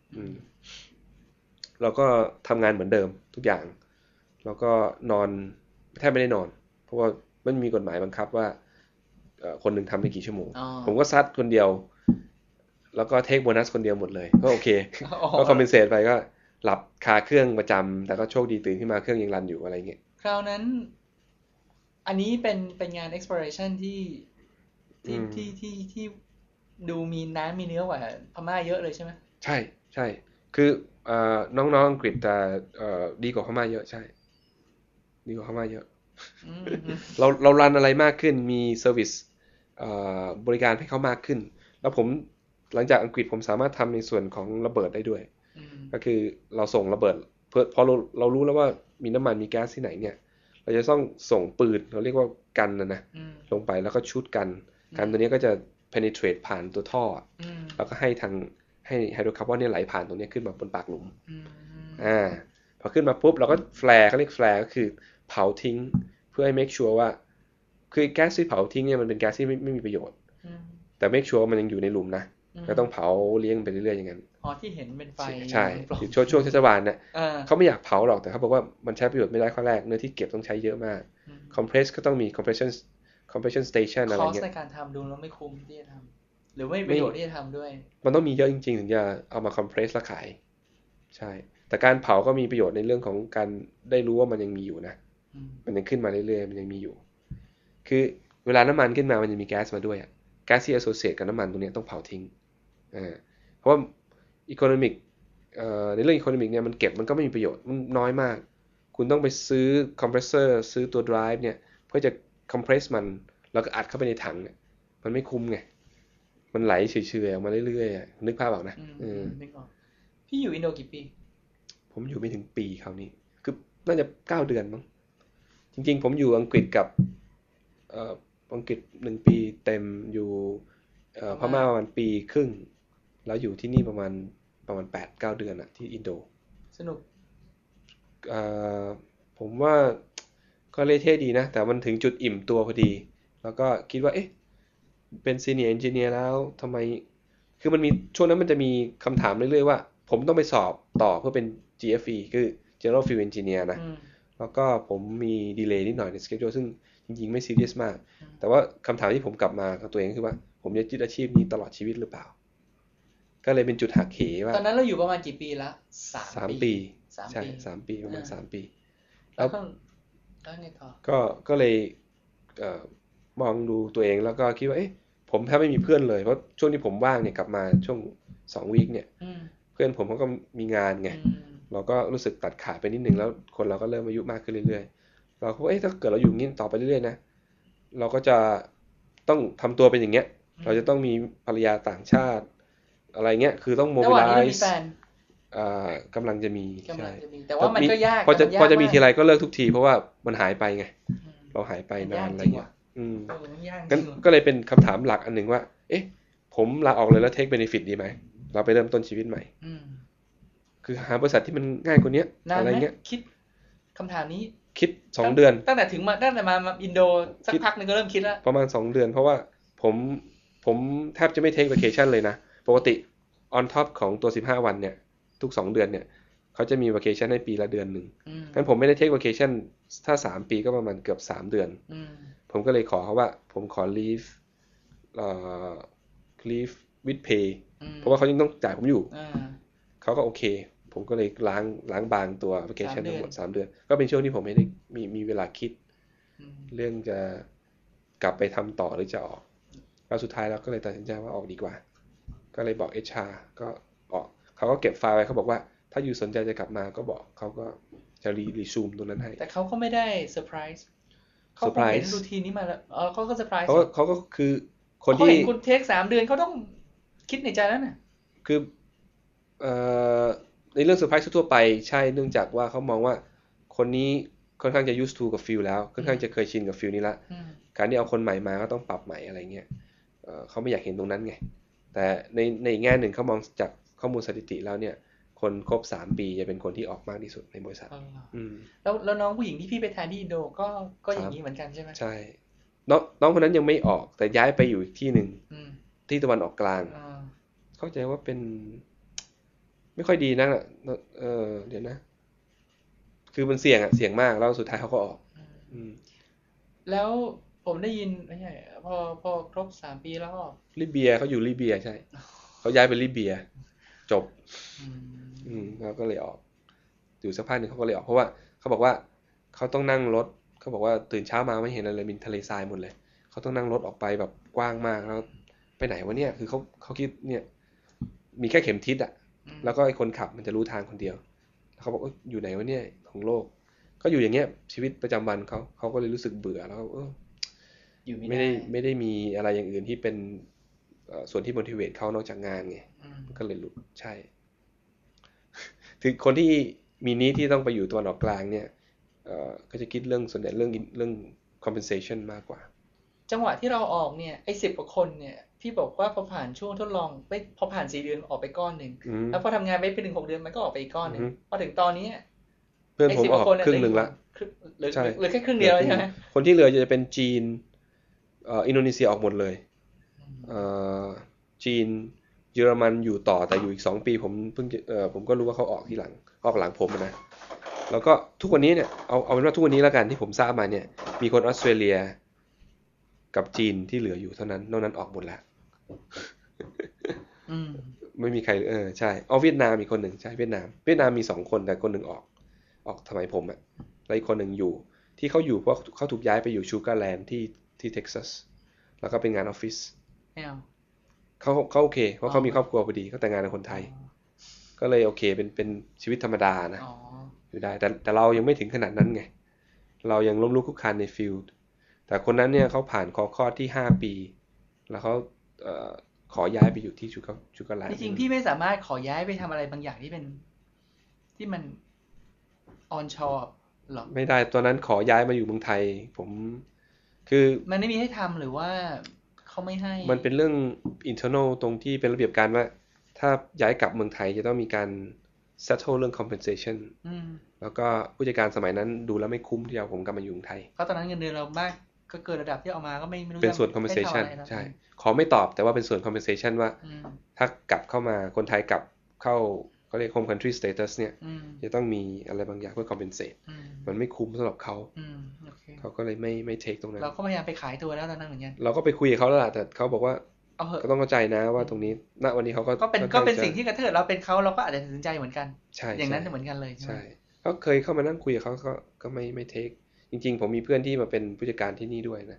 เราก็ทำงานเหมือนเดิมทุกอย่างแล้วก็นอนแทบไม่ได้นอนเพราะว่ามันมีกฎหมายบังคับว่าคนหนึ่งทำได้กี่ชั่วโมงผมก็ซัดคนเดียวแล้วก็เทคโบนัสคนเดียวหมดเลยก็โอเคก็คอมเพนเซตไปก็หลับคาเครื่องประจำแต่ก็โชคดีตื่นขึ้นมาเครื่องยังรันอยู่อะไรเงี้ยคราวนั้นอันนี้เป็นเป็นงาน exploration ที่ที่ที่ที่ที่ดูมีน้ำมีเนื้อกว่าพม่าเยอะเลยใช่ไหมใช่ใช่คือน้องๆอังกฤษแต่ดีกว่าพม่าเยอะใช่ดีกว่าพม่าเยอะเราเรารันอะไรมากขึ้นมีเซอร์วิสบริการให้เขามากขึ้นแล้วผมหลังจากอังกฤษผมสามารถทำในส่วนของระเบิดได้ด้วยก็คือเราส่งระเบิดเพื่อพอเราเรารู้แล้วว่ามีน้ำมันมีแก๊สที่ไหนเนี่ยเราจะต้องส่งปืนเราเรียกว่ากันนะนะลงไปแล้วก็ชุดกันกันตัวนี้ก็จะ penetrate ผ่านตัวท่อแล้วก็ให้ทางให้ไฮโดรคาร์บอนเนี่ยไหลผ่านตรงนี้ขึ้นมาบนปากหลุมอ่าพอขึ้นมาปุ๊บเราก็แฟร์เขาเรียกแฟร์ก็คือเผาทิ้งเพื่อให้ make sure ว่าคือแก๊สที่เผาทิ้งเนี่ยมันเป็นแก๊สที่ไม่ไม่มีประโยชน์แต่ make sure มันยังอยู่ในหลุมนะก็ต้องเผาเลี้ยงไปเรื่อยๆอย่างนั้นอ๋อที่เห็นเป็นไฟใช่ช่วงช่วงเทศบาลเนี่ยเขาไม่อยากเผาหรอกแต่เขาบอกว่ามันใช้ประโยชน์ไม่ได้ข้อแรกเนื้อที่เก็บต้องใช้เยอะมาก compress ก็ต้องมี compression compression station อะไรเงี้ยคอสในการทำดูแล้วไม่คุ้มที่จะทำหรือไม่ประโยชน์ที่จะทำด้วยมันต้องมีเยอะจริงๆถึงจะเอามา compress แล้วขายใช่แต่การเผาก็มีประโยชน์ในเรื่องของการได้รู้ว่ามันยังมีอยู่นะมันยังขึ้นมาเรื่อยๆมันยังมีอยู่คือเวลาน้ำมันขึ้นมามันจะมีแก๊สมาด้วยอะแก๊สที่ associate กับน้ำมันตรงนี้ต้องเผาทิ้งอ่าเพราะว่า economic เอ่อในเรื่อง economic เนี่ยมันเก็บมันก็ไม่มีประโยชน์มันน้อยมากคุณต้องไปซื้อ compressor ซื้อตัว drive เนี่ยเพื่อจะ compress มันแล้วก็อัดเข้าไปในถังเนี่ยมันไม่คุ้มไงมันไหลเฉยๆออกมาเรื่อยๆนึกภาพออกนะเออนึกออกพี่อยู่อินโดกี่ปีผมอยู่ไม่ถึงปีคราวนี้คือน่าจะเก้าเดือนมั้งจริงๆผมอยู่อังกฤษกับเอ่ออังกฤษหนึ่งปีเต็มอยู่เอ่อพม่าประมาณปีครึ่งแล้วอยู่ที่นี่ประมาณประมาณ แปดเก้า เดือนอะที่อินโดสนุกเอ่อผมว่าก็เละเทะดีนะแต่มันถึงจุดอิ่มตัวพอดีแล้วก็คิดว่าเอ๊ะเป็นซีเนียร์เอนจิเนียร์แล้วทำไมคือมันมีช่วงนั้นมันจะมีคำถามเรื่อยๆว่าผมต้องไปสอบต่อเพื่อเป็น จี เอฟ อี คือ General Field Engineer นะแล้วก็ผมมีดีเลย์นิดหน่อยใน schedule ซึ่งจริงๆไม่ซีเรียสมากแต่ว่าคำถามที่ผมกลับมากับตัวเองคือว่าผมจะยึดอาชีพนี้ตลอดชีวิตหรือเปล่าก็เลยเป็นจุดหักเหว่าตอนนั้นเราอยู่ประมาณกี่ปีละสามปีใช่สามปีประมาณสามปีแล้วแล้วไงต่อก็ก็เลยเอ่อมองดูตัวเองแล้วก็คิดว่าเอ๊ะผมแทบไม่มีเพื่อนเลยเพราะช่วงที่ผมว่างเนี่ยกลับมาช่วงสองวีคเนี่ยเพื่อนผมเขาก็มีงานไงเราก็รู้สึกตัดขาดไปนิดนึงแล้วคนเราก็เริ่มอายุมากขึ้นเรื่อยๆเราก็เอ๊ะถ้าเกิดเราอยู่อย่างนี้ต่อไปเรื่อยๆนะเราก็จะต้องทำตัวเป็นอย่างเงี้ยเราจะต้องมีภรรยาต่างชาติอะไรเงี้ยคือต้องโมบิลไลซ์กำลังจะมีใช่แต่ว่ามันก็ยากพอจะพอจะมีทีไรก็เลิกทุกทีเพราะว่ามันหายไปไงเราหายไปนานอะไรเงี้ยอืมงั้นก็เลยเป็นคำถามหลักอันหนึ่งว่าเอ๊ะผมลาออกเลยแล้วเทคเบเนฟิตดีไหมเราไปเริ่มต้นชีวิตใหม่คือหาบริษัทที่มันง่ายกว่านี้อะไรเงี้ยคิดคำถามนี้คิดสองเดือนตั้งแต่ถึงมาตั้งแต่มาอินโดสักพักนึงก็เริ่มคิดแล้วประมาณสองเดือนเพราะว่าผมผมแทบจะไม่เทค vacation เลยนะปกติ on top ของตัวสิบห้าวันเนี่ยทุกสองเดือนเนี่ยเขาจะมี vacation ให้ปีละเดือนนึงงั้นผมไม่ได้เทค vacation ถ้าสามปีก็ประมาณเกือบสามเดือนผมก็เลยขอเขาว่าผมขอ leave เอ่อ leave with pay เพราะว่าเขายังต้องจ่ายผมอยู่เขาก็โอเคผมก็เลยล้างล้างบางตัว vacation ทั้งหมดสามเดือนก็เป็นช่วงที่ผมไม่ได้มีมีเวลาคิดเรื่องจะกลับไปทำต่อหรือจะออกแล้วสุดท้ายเราก็เลยตัดสินใจว่าออกดีกว่าก็เลยบอก เอช อาร์ ก็ออกเขาก็เก็บไฟล์ไว้เขาบอกว่าถ้าอยู่สนใจจะกลับมาก็บอกเขาก็จะรีรีซูมตรงนั้นให้แต่เขาก็ไม่ได้เซอร์ไพรส์เขาคงเห็นรูทีนนี้มาแล้วอ๋อเขาก็เซอร์ไพรส์เขาเขาก็คือคนที่เขาเห็นคุณเทคสามเดือนเขาต้องคิดในใจแล้วน่ะคือเอ่อในเรื่องเซอร์ไพรส์ทั่วไปใช่เนื่องจากว่าเขามองว่าคนนี้ค่อนข้างจะ used to กับฟิลแล้วค่อนข้างจะเคยชินกับฟิลนี้ละการที่เอาคนใหม่มาก็ต้องปรับใหม่อะไรเงี้ยเอ่อเขาไม่อยากเห็นตรงนั้นไงแต่ในในแง่หนึ่งเขามองจากข้อมูลสถิติแล้วเนี่ยคนครบสามปีจะเป็นคนที่ออกมากที่สุดในบริษัทอืมแล้วแล้วน้องผู้หญิงที่พี่ไปแทนที่อินโดก็ก็อย่างนี้เหมือนกันใช่ไหมใช่น้องน้องคนนั้นยังไม่ออกแต่ย้ายไปอยู่อีกที่หนึ่งที่ตะวันออกกลางเข้าใจว่าเป็นไม่ค่อยดีนักอ่ะเออเดี๋ยวนะคือมันเสี่ยงอ่ะเสี่ยงมากแล้วสุดท้ายเขาก็ออกแล้วผมได้ยินไม่ใช่พอพอครบสามปีแล้วลิเบียเขาอยู่ลิเบียใช่เขาย้ายไปลิเบียจบอืมแล้วก็เลยออกอยู่สักพักหนึ่งเขาก็เลยออกเพราะว่าเขาบอกว่าเขาต้องนั่งรถเขาบอกว่าตื่นเช้ามาไม่เห็นอะไรเลยมีทะเลทรายหมดเลยเขาต้องนั่งรถออกไปแบบกว้างมากแล้วไปไหนวะเนี่ยคือเขาเขาคิดเนี่ยมีแค่เข็มทิศอ่ะแล้วก็ไอ้คนขับมันจะรู้ทางคนเดียวเขาบอกอยู่ไหนวะเนี่ยของโลกก็อยู่อย่างเงี้ยชีวิตประจำวันเขาเขาก็เลยรู้สึกเบื่อแล้วเอออยู่ไม่ได้ไม่ได้มีอะไรอย่างอื่นที่เป็นส่วนที่ motivate เขานอกจากงานไงก็เลยหลุดใช่คือคนที่มีนี้ที่ต้องไปอยู่ตะวันออกกลางเนี่ยก็จะคิดเรื่องส่วนใหญ่เรื่องเรื่อง compensation มากกว่าจังหวะที่เราออกเนี่ยไอ้สิบกว่าคนเนี่ยพี่บอกว่าพอผ่านช่วงทดลองไปพอผ่านสี่เดือนออกไปก้อนหนึ่งแล้วพอทำงานไปไปถึงหกเดือนมันก็ออกไปอีกก้อนหนึ่งพอถึงตอนนี้เพื่อนผมออกครึ่งหนึ่งละเหลือแค่ครึ่งเดียวใช่ไหมคนที่เหลือจะเป็นจีนอินโดนีเซียออกหมดเลยจีนเยอรมันอยู่ต่อแต่อยู่อีกสองปีผมเพิ่งเอ่อผมก็รู้ว่าเขาออกทีหลังออกหลังผมนะแล้วก็ทุกวันนี้เนี่ยเอาเอาเป็นว่าทุกวันนี้แล้วกันที่ผมทราบมาเนี่ยมีคนออสเตรเลียกับจีนที่เหลืออยู่เท่านั้นนอกนั้นออกหมดแล้วไม่มีใครเออใช่เอาเวียดนามมีคนหนึ่งใช่เวียดนามเวียดนามมีสองคนแต่คนหนึ่งออกออกสมัยผมอะแล้วอีกคนหนึ่งอยู่ที่เขาอยู่เพราะเขาถูกย้ายไปอยู่ชูการ์แลนด์ที่ที่เท็กซัสแล้วก็เป็นงานออฟฟิศเขาเขาโอเคเพราะเขามีครอบครัวพอดีเขาแต่งงานกับคนไทยก็เลยโอเคเป็นเป็นชีวิตธรรมดานะอยู่ได้แต่แต่เรายังไม่ถึงขนาดนั้นไงเรายังล้มลุกคลุกคลานในฟิลด์แต่คนนั้นเนี่ยเขาผ่านคอร์สคอร์สที่ห้าปีแล้วเขาเอ่อขอย้ายไปอยู่ที่ชูการ์ชูการ์แลนด์จริงๆพี่ไม่สามารถขอย้ายไปทำอะไรบางอย่างที่เป็นที่มันออนชอร์หรอไม่ได้ตอนนั้นขอย้ายมาอยู่เมืองไทยผมคือมันไม่มีให้ทำหรือว่าเขาไม่ให้มันเป็นเรื่อง internal ตรงที่เป็นระเบียบการว่าถ้าย้ายกลับเมืองไทยจะต้องมีการ settle เรื่อง compensation แล้วก็ผู้จัดการสมัยนั้นดูแล้วไม่คุ้มที่เอาผมกลับมาอยู่เมืองไทยเพราะตอนนั้นเงินเดือนเรามากก็เกินระดับที่เอามาก็ไม่ไม่รู้เป็นส่วน compensation ใช่ขอไม่ตอบแต่ว่าเป็นส่วน compensation ว่าถ้ากลับเข้ามาคนไทยกลับเข้าเขาเรียก home country status เนี่ยจะต้องมีอะไรบางอย่างเพื่อ compensate มันไม่คุ้มสำหรับเขาเขาก็เลยไม่ไม่ take ตรงนั้นเราก็พยายามไปขายตัวแล้วตอนนั้นเหมือนกันเราก็ไปคุยกับเขาแล้วล่ะแต่เขาบอกว่าก็ต้องเข้าใจนะว่าตรงนี้ณวันนี้เขาก็ก็เป็นก็เป็นสิ่งที่กระเทิดเราเป็นเขาเราก็อาจจะตัดสินใจเหมือนกันอย่างนั้นเหมือนกันเลยใช่เขาเคยเข้ามานั่งคุยกับเขาก็ก็ไม่ไม่ take จริงๆผมมีเพื่อนที่มาเป็นผู้จัดการที่นี่ด้วยนะ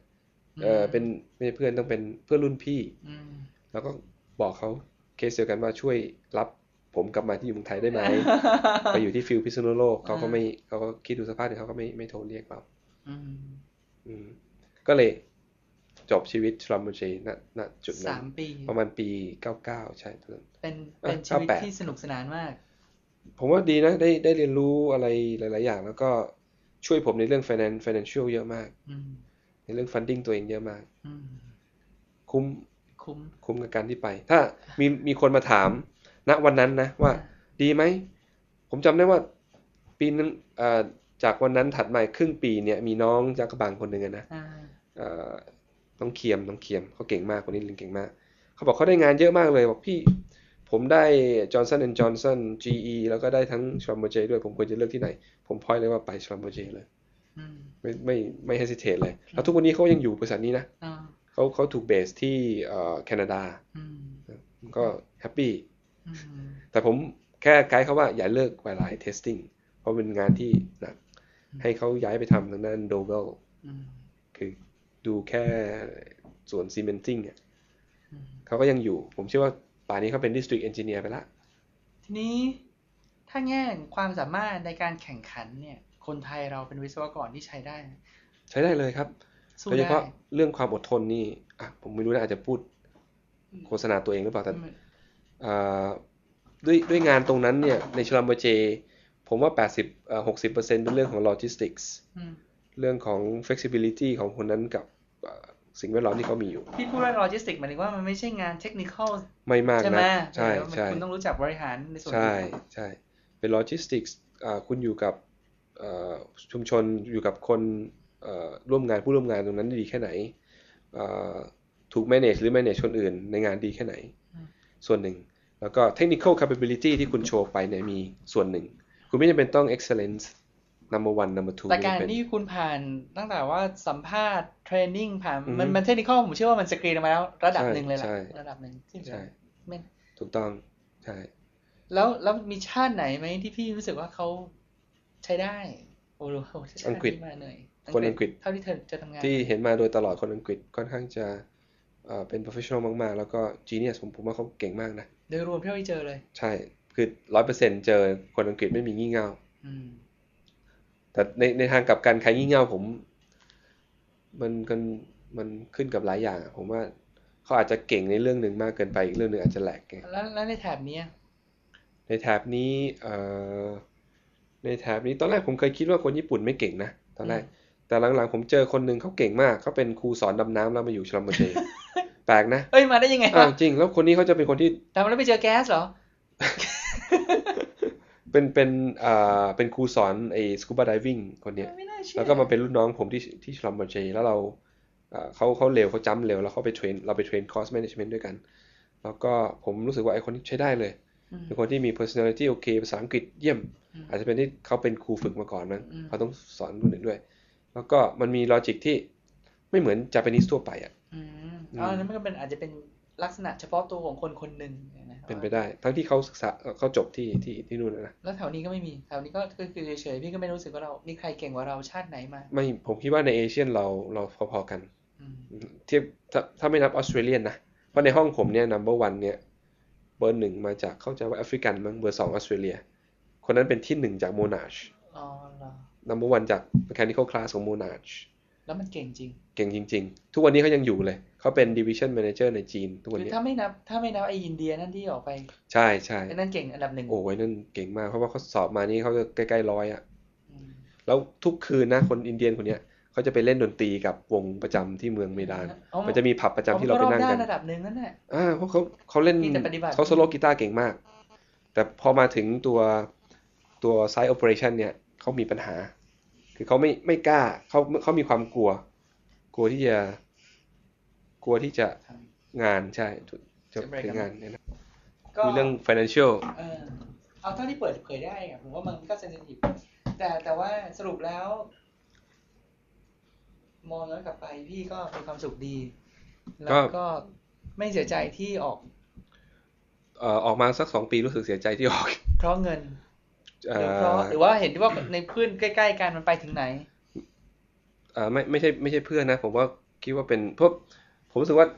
เออเป็นไม่ใช่เพื่อนต้องเป็นเพื่อนรุ่นพี่แล้วก็บอกเขาเคสเดียวกันว่าช่วยรับผมกลับมาที่อยู่เมืองไทยได้ไหม ไปอยู่ที่ฟิลพิษณุโลกเขาก็ไม่เขาก็คิดดูสภาพเนี่ยเขาก็ไม่ไม่โทรเรียกเราอืมก็เลยจบชีวิตชลัมโบเจณณจุดนั้นสามปีประมาณปีเก้าสิบเก้าใช่เป็นเป็นชีวิตที่สนุกสนานมากผมว่าดีนะได้ได้เรียนรู้อะไรหลายๆอย่างแล้วก็ช่วยผมในเรื่อง finance financial เยอะมากในเรื่อง funding ตัวเองเยอะมากคุ้มคุ้มคุ้มกับการที่ไปถ้ามีมีคนมาถามณวันนั้นนะว่าดีไหมผมจำได้ว่าปีนั้นจากวันนั้นถัดมาครึ่งปีเนี่ยมีน้องจากกระบังคนหนึ่งนะน้องเคียมน้องเคียมเขาเก่งมากคนนี้เรียนเก่งมากเขาบอกเขาได้งานเยอะมากเลยบอกพี่ผมได้ Johnson แอนด์ Johnson จี อี แล้วก็ได้ทั้ง Schlumberger ด้วยผมควรจะเลือกที่ไหนผมพอยเลยว่าไป Schlumberger เลยไม่ไม่ไม่ hesitate เลยแล้วทุกวันนี้เขายังอยู่บริษัทนี้นะเขาเขาถูกเบสที่แคนาดาก็แฮปปี้แต่ผมแค่ไกด์เขาว่าอย่าเลิกเวลา testing เพราะเป็นงานที่หนักให้เขาย้ายไปทำทางด้าน Dovel คือดูแค่ส่วน cementing อ่ะเขาก็ยังอยู่ผมเชื่อว่าป่านนี้เขาเป็น district engineer ไปละทีนี้ถ้าแง่ความสามารถในการแข่งขันเนี่ยคนไทยเราเป็นวิศวกรที่ใช้ได้ใช้ได้เลยครับโดยเฉพาะเรื่องความอดทนนี่อ่ะผมไม่รู้นะอาจจะพูดโฆษณาตัวเองหรือเปล่าแต่ด้วยด้วยงานตรงนั้นเนี่ยในชลัมเบอร์เจผมว่าแปดสิบเอ่อ หกสิบเปอร์เซ็นต์ เป็นเรื่องของ logistics เรื่องของ flexibility ของคนนั้นกับสิ่งแวดล้อมที่เขามีอยู่พี่พูดว่า logistics หมายถึงว่ามันไม่ใช่งาน technical ไม่มากนะใช่ใช่คุณต้องรู้จักบริหารในส่วนนี้ใช่ใช่เป็น logistics อ่าคุณอยู่กับชุมชนอยู่กับคนร่วมงานผู้ร่วมงานตรงนั้นดีแค่ไหนถูก manage หรือ manage คนอื่นในงานดีแค่ไหนส่วนหนึ่งแล้วก็ technical capability ที่คุณโชว์ไปเนี่ยมีส่วนหนึ่งคุณไม่จำเป็นต้อง excellence number one number two แต่การที่คุณผ่านตั้งแต่ว่าสัมภาษณ์ training ผ่านมันมัน technical ผมเชื่อว่ามันสกรีนมาแล้วระดับหนึ่งเลยแหละระดับหนึ่งใช่ถูกต้องใช่แล้วแล้วมีชาติไหนไหมที่พี่รู้สึกว่าเขาใช้ได้โอ้โหอังกฤษมาเหนื่อยคนอังกฤษเท่าที่เธอจะทำงานที่เห็นมาโดยตลอดคนอังกฤษค่อนข้างจะเป็น professional มากๆแล้วก็ genius ผมผมว่าเขาเก่งมากนะโดยรวมที่เราเจอเลยใช่คือ หนึ่งร้อยเปอร์เซ็นต์ เจอคนอังกฤษไม่มีงี่เง่าแต่ในในทางกลับกันใครงี่เง่าผมมันกันมันขึ้นกับหลายอย่างผมว่าเขาอาจจะเก่งในเรื่องหนึ่งมากเกินไปอีกเรื่องนึงอาจจะแหลกไงแล้วแล้วในแถบนี้ในแถบนี้เอ่อในแถบนี้ตอนแรกผมเคยคิดว่าคนญี่ปุ่นไม่เก่งนะตอนแรกแต่หลังๆผมเจอคนนึงเขาเก่งมากเขาเป็นครูสอนดำน้ำแล้วมาอยู่ชลัมเบอร์เจแปลกนะเอ้ยมาได้ยังไงอ่าจริงแล้วคนนี้เขาจะเป็นคนที่แต่มันแล้วไปเจอแก๊สเหรอเป็นเป็นอ่าเป็นครูสอนไอ้สกูบาไดวิ่งคนเนี้ยแล้วก็มาเป็นรุ่นน้องผมที่ที่ชลัมเบอร์เจแล้วเราอ่าเขาเขาเร็วเขาจัมป์เร็วแล้วเขาไปเทรนเราไปเทรนคอร์สแมネจเมนต์ด้วยกันแล้วก็ผมรู้สึกว่าไอ้คนนี้ใช้ได้เลยเป็นคนที่มี personality โอเคภาษาอังกฤษเยี่ยมอาจจะเป็นที่เขาเป็นครูฝึกมาก่อนมั้งเขาต้องสอนรุ่นอื่นด้วยแล้วก็มันมีลอจิกที่ไม่เหมือน Japanese ทั่วไปอ่ะอืมอ๋อนั่นมันก็เป็นอาจจะเป็นลักษณะเฉพาะตัวของคนคนหนึ่งนะเป็นไปได้ทั้งที่เขาศึกษาเขาจบที่ที่ที่นู่นนะแล้วแถวนี้ก็ไม่มีแถวนี้ก็คือเฉยๆพี่ก็ไม่รู้สึกว่าเรามีใครเก่งกว่าเราชาติไหนมาไม่ผมคิดว่าในเอเชียเราเราพอๆกันเทียบถ้าถ้าไม่นับออสเตรเลียนนะเพราะในห้องผมเนี่ย number one เนี่ยเบอร์หนึ่งมาจากเข้าใจว่าแอฟริกันมั้งเบอร์สองออสเตรเลียคนนั้นเป็นที่หนึ่งจากโมนาชอ๋อเหรอ number one จาก mechanical class ของโมนาชแล้วมันเก่งจริงเก่งจริงๆทุกวันนี้เขายังอยู่เลยเขาเป็น division manager ในจีนทุกวันนี้ถ้าไม่นับถ้าไม่นับไอ้อินเดียนั่นที่ออกไปใช่ใช่นั่นเก่งอันดับหนึ่งโอ้ยนั่นเก่งมากเพราะว่าเขาสอบมานี่เขาจะใกล้ๆร้อยอ่ะแล้วทุกคืนนะคนอินเดียนคนนี้เขาจะไปเล่นดนตรีกับวงประจำที่เมืองเมดานมันจะมีผับประจำที่เราไปนั่งกันระดับหนึ่งนั่นแหละอ่าเพราะเขาเขาเล่นเขาโซโล่กีตาร์เก่งมากแต่พอมาถึงตัวตัวไซต์โอเปอเรชั่นเนี่ยเขามีปัญหาคือเขาไม่ไม่กล้าเขาเขามีความกลัวกลัวที่จะกลัวที่จะงานใช่จะถึงงานเนี่ยนะมีเรื่อง financial เออเอาเท่าที่เปิดเผยได้อะผมว่ามันก็เซนซิทีฟแต่แต่ว่าสรุปแล้วมองย้อนกลับไปพี่ก็มีความสุขดีแล้วก็ไม่เสียใจที่ออกเอ่อออกมาสักสองปีรู้สึกเสียใจที่ออกเพราะเงินหรือเพราะหรือว่าเห็นว่าในเพื่อนใกล้ๆกันมันไปถึงไหนอ่าไม่ไม่ใช่ไม่ใช่เพื่อนนะผมว่าคิดว่าเป็นเพราะผมรู้สึกว่า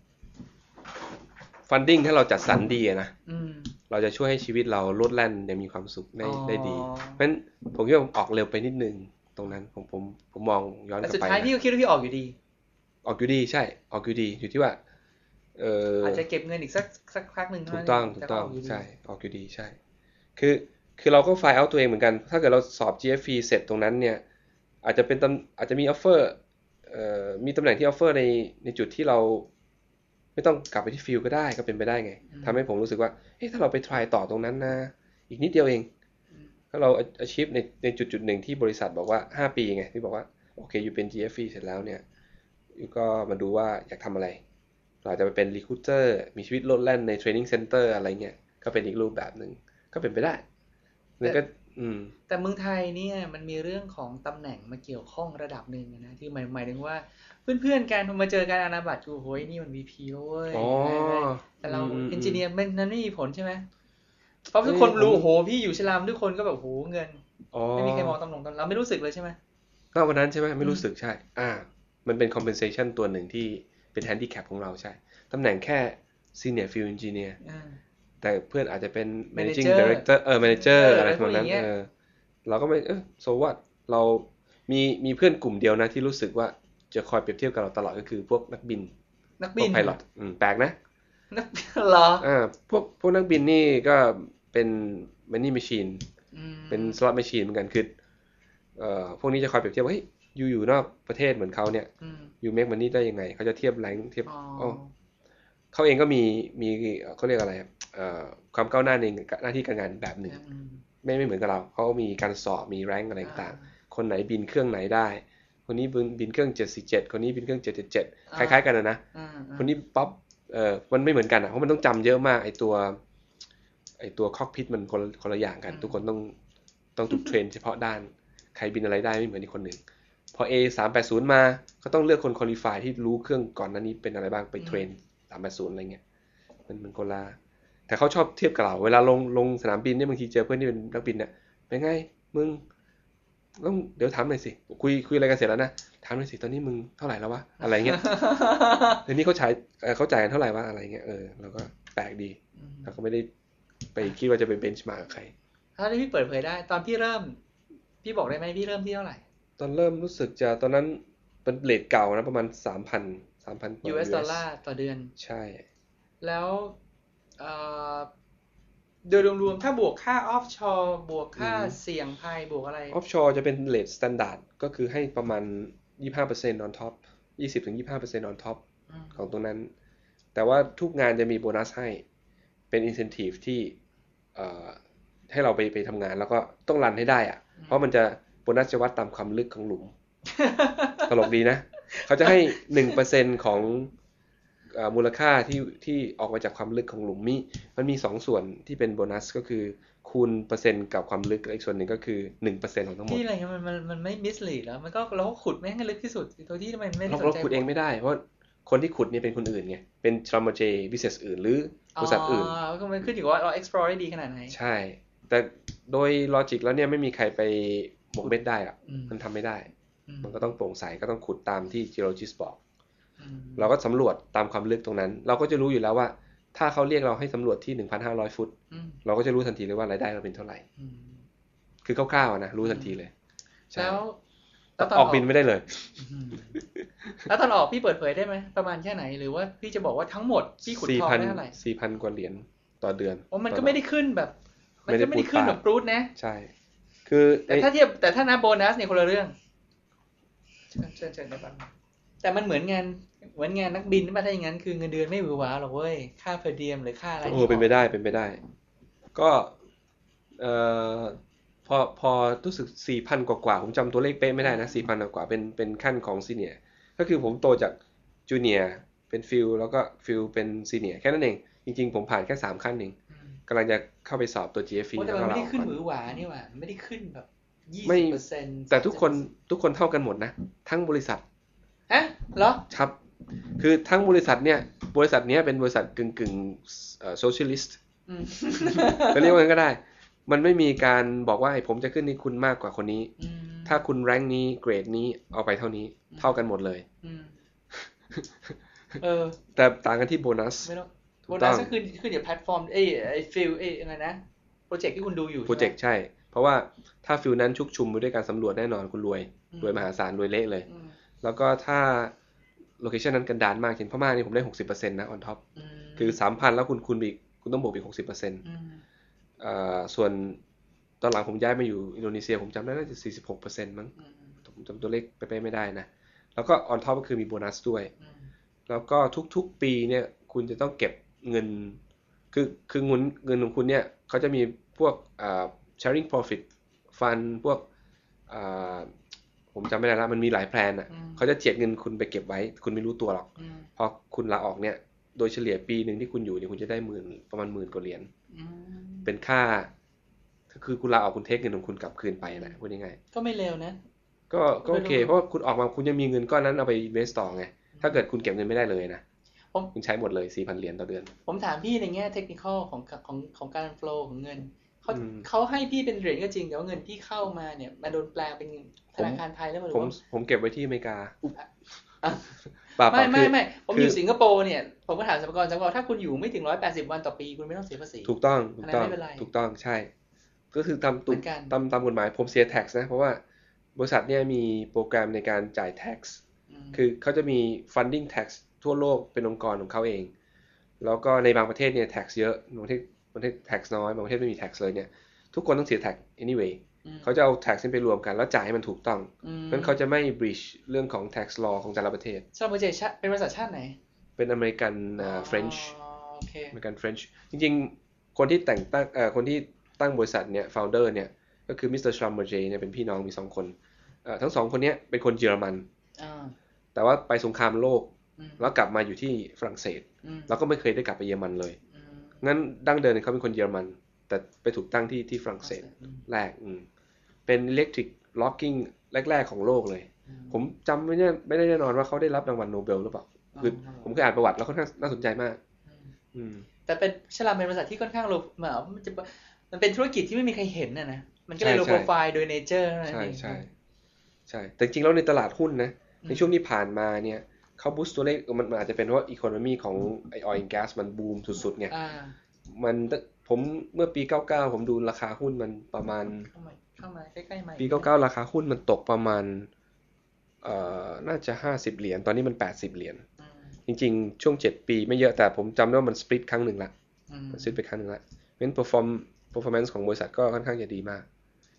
funding ถ้าเราจัดสรรดีอะนะเราจะช่วยให้ชีวิตเราโลดแล่นอย่างมีความสุขได้ได้ดีเพราะฉะนั้นผมคิดว่าผมออกเร็วไปนิดนึงตรงนั้นผมผมผมมองย้อนกลับไปแต่สุดท้ายพี่ก็คิดว่าพี่ออกอยู่ดีออกอยู่ดีใช่ออกอยู่ดีอยู่ที่ว่าเอ่ออาจจะเก็บเงินอีกสักสักพักนึงถูกต้องถูกต้องใช่ออกอยู่ดีใช่คือคือเราก็ไฟล์เอาตัวเองเหมือนกันถ้าเกิดเราสอบ จี เอฟ อี เสร็จตรงนั้นเนี่ยอาจจะเป็นอาจจะมีออฟเฟอร์เอ่อมีตำแหน่งที่ออฟเฟอร์ในในจุดที่เราไม่ต้องกลับไปที่ฟิลก็ได้ก็เป็นไปได้ไงทำให้ผมรู้สึกว่าเฮ้ยถ้าเราไปทรายต่อตรงนั้นนะอีกนิดเดียวเองถ้าเรา achieve ในในจุดจุดหนึ่งที่บริษัทบอกว่าห้าปีไงที่บอกว่าโอเคอยู่เป็น จี เอฟ อี เสร็จแล้วเนี่ยอยู่ก็มาดูว่าอยากทำอะไรเราจะไปเป็น recruiter มีชีวิตโลดแล่นใน training center อะไรเงี้ยก็เป็นอีกรูปแบบหนึ่งก็เป็นไปได้แล้วก็อืมแต่เมืองไทยเนี่ยมันมีเรื่องของตำแหน่งมาเกี่ยวข้องระดับหนึ่งนะที่หมายหมายถึงว่าเพื่อนๆกันพอมาเจอกันอาณาบัตรกูโหยนี่มัน วี พี แล้วเว้ยแต่เราเอนจิเนียร์มันนั้นไม่มีผลใช่ไหมเพราะทุกคนรู้โหพี่อยู่ชลามทุกคนก็แบบโหเงินไม่มีใครมองตำแหน่งตอนเราไม่รู้สึกเลยใช่ไหมก็วันนั้นใช่ไหมไม่รู้สึกใช่อ่ามันเป็น compensation ตัวหนึ่งที่เป็น handicap ของเราใช่ตำแหน่งแค่ senior field engineer แต่เพื่อนอาจจะเป็น managing director เออ manager อะไรประมาณนั้นเออเราก็ไม่เออ so what เรามีมีเพื่อนกลุ่มเดียวนะที่รู้สึกว่าจะคอยเปรียบเทียบกับเราตลอดก็คือพวกนักบินนักบิน pilot อืมแปลกนะนักเหรออ่าพวกพวกนักบินนี่ก็เป็น money machine เป็น slot machine เหมือนกันคือเอ่อพวกนี้จะคอยเปรียบเทียบว่าเฮ้ยอยู่อยู่นอกประเทศเหมือนเขาเนี่ยอยู่ make money ได้ยังไงเขาจะเทียบแรงเทียบอ๋อเขาเองก็มีมีเขาเรียกอะไรความก้าวหน้าในหน้าที่การงานแบบหนึ่งไม่ไม่เหมือนกับเราเขามีการสอบมีแรงอะไรต่างๆคนไหนบินเครื่องไหนได้คนนี้บินบินเครื่องเจ็ดสี่เจ็ดคนนี้บินเครื่องเจ็ดเจ็ดเจ็ดคล้ายๆกันนะคนนี้ป๊อปเออมันไม่เหมือนกันอ่ะเพราะมันต้องจำเยอะมากไอตัวไอตัวคอกพิทมันคนคนละอย่างกันทุกคนต้องต้องถูกเทรนเฉพาะด้านใครบินอะไรได้ไม่เหมือนอีกคนหนึ่งพอ เอ สามแปดศูนย์ มาก็ต้องเลือกคนควอลิฟายที่รู้เครื่องก่อนหน้านี้เป็นอะไรบ้างไปเทรนสามแปดศูนย์อะไรเงี้ยมันมันคนละแต่เขาชอบเทียบกับเราเวลาลงลงสนามบินเนี่ยบางทีเจอเพื่อนที่เป็นนักบินเนี่ยเป็นไงมึงต้องเดี๋ยวถามหน่อยสิคุยคุยอะไรกันเสร็จแล้วนะถามหน่อยสิตอนนี้มึงเท่าไหร่แล้ววะอะไรเงี้ยเดี๋ยวนี้เขาใช้เขาจ่ายกันเท่าไหร่วะอะไรเงี้ยเออเราก็แปลกดีเราก็ไม่ได้ไปคิดว่าจะไปเบนช์มาร์กกับใครถ้าที่พี่เปิดเผยได้ตอนพี่เริ่มพี่บอกได้ไหมพี่เริ่มที่เท่าไหร่ตอนเริ่มรู้สึกจะตอนนั้นเป็นเรทเก่านะประมาณ สามพัน สามพันยู เอส ดอลลาร์ต่อเดือนใช่แล้วโดยรวมๆถ้าบวกค่าออฟชอร์บวกค่าเสี่ยงภัยบวกอะไรออฟชอร์จะเป็นเรทสแตนดาร์ดก็คือให้ประมาณ ยี่สิบห้าเปอร์เซ็นต์ on top ยี่สิบถึงยี่สิบห้าเปอร์เซ็นต์ on top ของตรงนั้นแต่ว่าทุกงานจะมีโบนัสให้เป็น incentive ที่ให้เราไปไปทำงานแล้วก็ต้องรันให้ได้อะเพราะมันจะโบนัสจะวัดตามความลึกของหลุมตลกดีนะเขาจะให้ หนึ่งเปอร์เซ็นต์ ของมูลค่าที่ที่ออกมาจากความลึกของหลุมมีมันมีสองส่วนที่เป็นโบนัสก็คือคูณเปอร์เซ็นต์กับความลึกอีกส่วนหนึ่งก็คือ หนึ่งเปอร์เซ็นต์ ของทั้งหมดที่อะไรเงี้ยมันมันมันไม่มิสลีดแล้วมันก็เราก็ขุดแม่งให้ลึกที่สุดโดยที่มันไม่ได้สนใจเราขุดเองไม่ได้เพราะคนที่ขุดนี่เป็นคนอื่นไงเป็น Schlumberger business อื่นหรือบริษัทอื่นอ๋อก็มันขึ้นอยู่กับว่าเรา explore ได้ดีขนาดไหนใช่แต่โดยลอจิกแล้วเนี่ยไม่มีใครไปหมกเม็ดได้อ่ะมันทำไม่ได้มันก็ต้องโปร่งใสก็ต้องขุดตามที่ geologist บอกเราก็สำรวจตามความลึกตรงนั้นเราก็จะรู้อยู่แล้วว่าถ้าเขาเรียกเราให้สำรวจที่ หนึ่งพันห้าร้อย ฟุตเราก็จะรู้ทันทีเลยว่ารายได้เราเป็นเท่าไหร่คือคร่าวๆนะรู้ทันทีเลยแล้วออกบินไม่ได้เลยแล้วตอนออกพี่เปิดเผยได้ไหมประมาณแค่ไหนหรือว่าพี่จะบอกว่าทั้งหมดพี่ขุดทองได้เท่าไหร่สี่พัน กว่าเหรียญต่อเดือนโอ้มันก็ไม่ได้ขึ้นแบบมันก็ไม่ได้ขึ้นแบบปรูดนะใช่คือแต่ถ้าเทียบแต่ถ้านับโบนัสเนี่ยคนละเรื่องเชิญเชิญเชิญได้บ้างแต่มันเหมือนงานเหมือนงานนักบินป่ะถ้าอย่างนั้นคือเงินเดือนไม่หวือหวาหรอกเว้ยค่าเพอร์เดียมหรือค่าอะไรโอ้เป็นไปได้เป็นไปได้ก็เอ่อพอพอรู้สึก สี่พัน กว่าๆผมจำตัวเลขเป๊ะไม่ได้นะ สี่พัน กว่าเป็นเป็นขั้นของซีเนียร์ก็คือผมโตจากจูเนียร์เป็นฟิลแล้วก็ฟิลเป็นซีเนียร์แค่นั้นเองจริงๆผมผ่านแค่สามขั้นเองกำลังจะเข้าไปสอบตัว จี เอฟ อีแต่มันไม่ได้ขึ้นหวือหวานี่หว่าไม่ได้ขึ้นแบบ ยี่สิบเปอร์เซ็นต์แต่ทุกคนทุกคนเท่ากันหมดนะทั้งบริษัทฮะเหรอครับคือทั้งบริษัทเนี่ยบริษัทนี้เป็นบริษัทกึ่งกึ่งเอ่อโซเชียลิสต์จะเรียกว่างั้นก็ได้มันไม่มีการบอกว่าผมจะขึ้นให้คุณมากกว่าคนนี้ถ้าคุณแรงค์นี้เกรดนี้เอาไปเท่านี้เท่ากันหมดเลยเออแต่ต่างกันที่โบนัสไม่ต้องโบนัสก็คือคือเดี๋ยวแพลตฟอร์มเอ้ไอ้ฟิลเอ้อะไรนะโปรเจกต์ที่คุณดูอยู่โปรเจกต์ใช่เพราะว่าถ้าฟิลนั้นชุกชุมไปด้วยการสำรวจแน่นอนคุณรวยรวยมหาศาลรวยเละเลยแล้วก็ถ้าโลเคชันนั้นกันดารมากเช่นพม่านี่ผมได้ หกสิบเปอร์เซ็นต์ นะออนท็อปคือ สามพัน แล้วคุณคูณอีกคุณต้องบวกอีก หกสิบเปอร์เซ็นต์ อ่าส่วนตอนหลังผมย้ายมาอยู่อินโดนีเซียผมจำได้น่าจะ สี่สิบหกเปอร์เซ็นต์ มั้งผมจำตัวเลขไปไปไม่ได้นะแล้วก็ออนท็อปก็คือมีโบนัสด้วยแล้วก็ทุกๆปีเนี่ยคุณจะต้องเก็บเงินคือคือเงินเงินของคุณเนี่ยเขาจะมีพวกอ่า sharing profit fund พวกอ่าผมจำไม่ได้ละมันมีหลายแพลนอ่ะเขาจะเจียดเงินคุณไปเก็บไว้คุณไม่รู้ตัวหรอกพอคุณลาออกเนี่ยโดยเฉลี่ยปีหนึ่งที่คุณอยู่เนี่ยคุณจะได้หมื่นประมาณหมื่นกว่าเหรียญเป็นค่าคือคุณลาออกคุณเทคเงินของคุณกลับคืนไปนะพูดง่ายๆก็ไม่เลวนะก็ก็โอเคเพราะคุณออกมาคุณยังมีเงินก้อนนั้นเอาไป invest ต่อไงถ้าเกิดคุณเก็บเงินไม่ได้เลยนะคุณใช้หมดเลย สี่พัน เหรียญต่อเดือนผมถามพี่ในแง่เทคนิคของของของการ flow ของเงินเขาเขาให้พี่เป็นเหรียญก็จริงแต่ว่าเงินที่เข้ามาเนี่ยมาโดนแปลเป็นธนาคารไทยแล้วมันผมผมเก็บไว้ที่อเมริกาไม่ไม่ไม่ผมอยู่สิงคโปร์เนี่ยผมก็ถามสรรพากรสรรพากรถ้าคุณอยู่ไม่ถึงหนึ่งร้อยแปดสิบวันต่อปีคุณไม่ต้องเสียภาษีถูกต้องถูกต้องถูกต้องใช่ก็คือตามตุตามตามกฎหมายผมเสีย tax นะเพราะว่าบริษัทเนี่ยมีโปรแกรมในการจ่าย tax คือเขาจะมี funding tax ทั่วโลกเป็นองค์กรของเขาเองแล้วก็ในบางประเทศเนี่ย tax เยอะบางประเทศประเทศ tax น้อยบางประเทศไม่มี tax เลยเนี่ยทุกคนต้องเสีย tax anyway เขาจะเอา tax ไปรวมกันแล้วจ่ายให้มันถูกต้องเพราะฉะนั้นเขาจะไม่ breach เรื่องของ tax law ของแต่ละประเทศสำหรับประเทศเป็นบริษัทชาติไหนเป็นอเมริกัน French อเมริกัน French จริงๆคนที่แต่งตั้งเอ่อคนที่ตั้งบริษัทเนี่ย founder เนี่ยก็คือมิสเตอร์ชลัมเบอร์เจเนี่ยเป็นพี่น้องมีสองคนเอ่อทั้งสองคนนี้เป็นคนเยอรมันแต่ว่าไปสงครามโลกแล้วกลับมาอยู่ที่ฝรั่งเศสแล้วก็ไม่เคยได้กลับไปเยอรมันเลยงั้นดั้งเดิมเขาเป็นคนเยอรมันแต่ไปถูกตั้งที่ที่ฝรั่งเศสแรกเป็น electric locking แรกๆของโลกเลยผมจำไม่ได้ไม่ได้แน่นอนว่าเขาได้รับรางวัลโนเบลหรือเปล่าคือผมเคยอ่านประวัติแล้วค่อนข้างน่าสนใจมากแต่เป็นชลัมเป็นบริษัทที่ค่อนข้างโลเหมือนมันจะมันเป็นธุรกิจที่ไม่มีใครเห็นนะนะมันก็เลยโลโปรไฟล์โดยเนเจอร์นั่นเองใช่ใช่แต่จริงๆแล้วในตลาดหุ้นนะในช่วงที่ผ่านมาเนี่ยเขาบูสต์ตัวเลขมันอาจจะเป็นเพราะอีโคโนมีของไอออยล์แก๊สมันบูมสุดๆไงมันผมเมื่อปีเก้าสิบเก้าผมดูราคาหุ้นมันประมาณเข้ามาใกล้ๆมาปีเก้าสิบเก้าราคาหุ้นมันตกประมาณเอ่อน่าจะห้าสิบเหรียญตอนนี้มันแปดสิบเหรียญจริงๆช่วงเจ็ดปีไม่เยอะแต่ผมจำได้ว่ามันสปลิตครั้งหนึ่งละมันสปลิตไปครั้งหนึ่งละเพราะฉะนั้น perform performance ของบริษัทก็ค่อนข้างจะดีมาก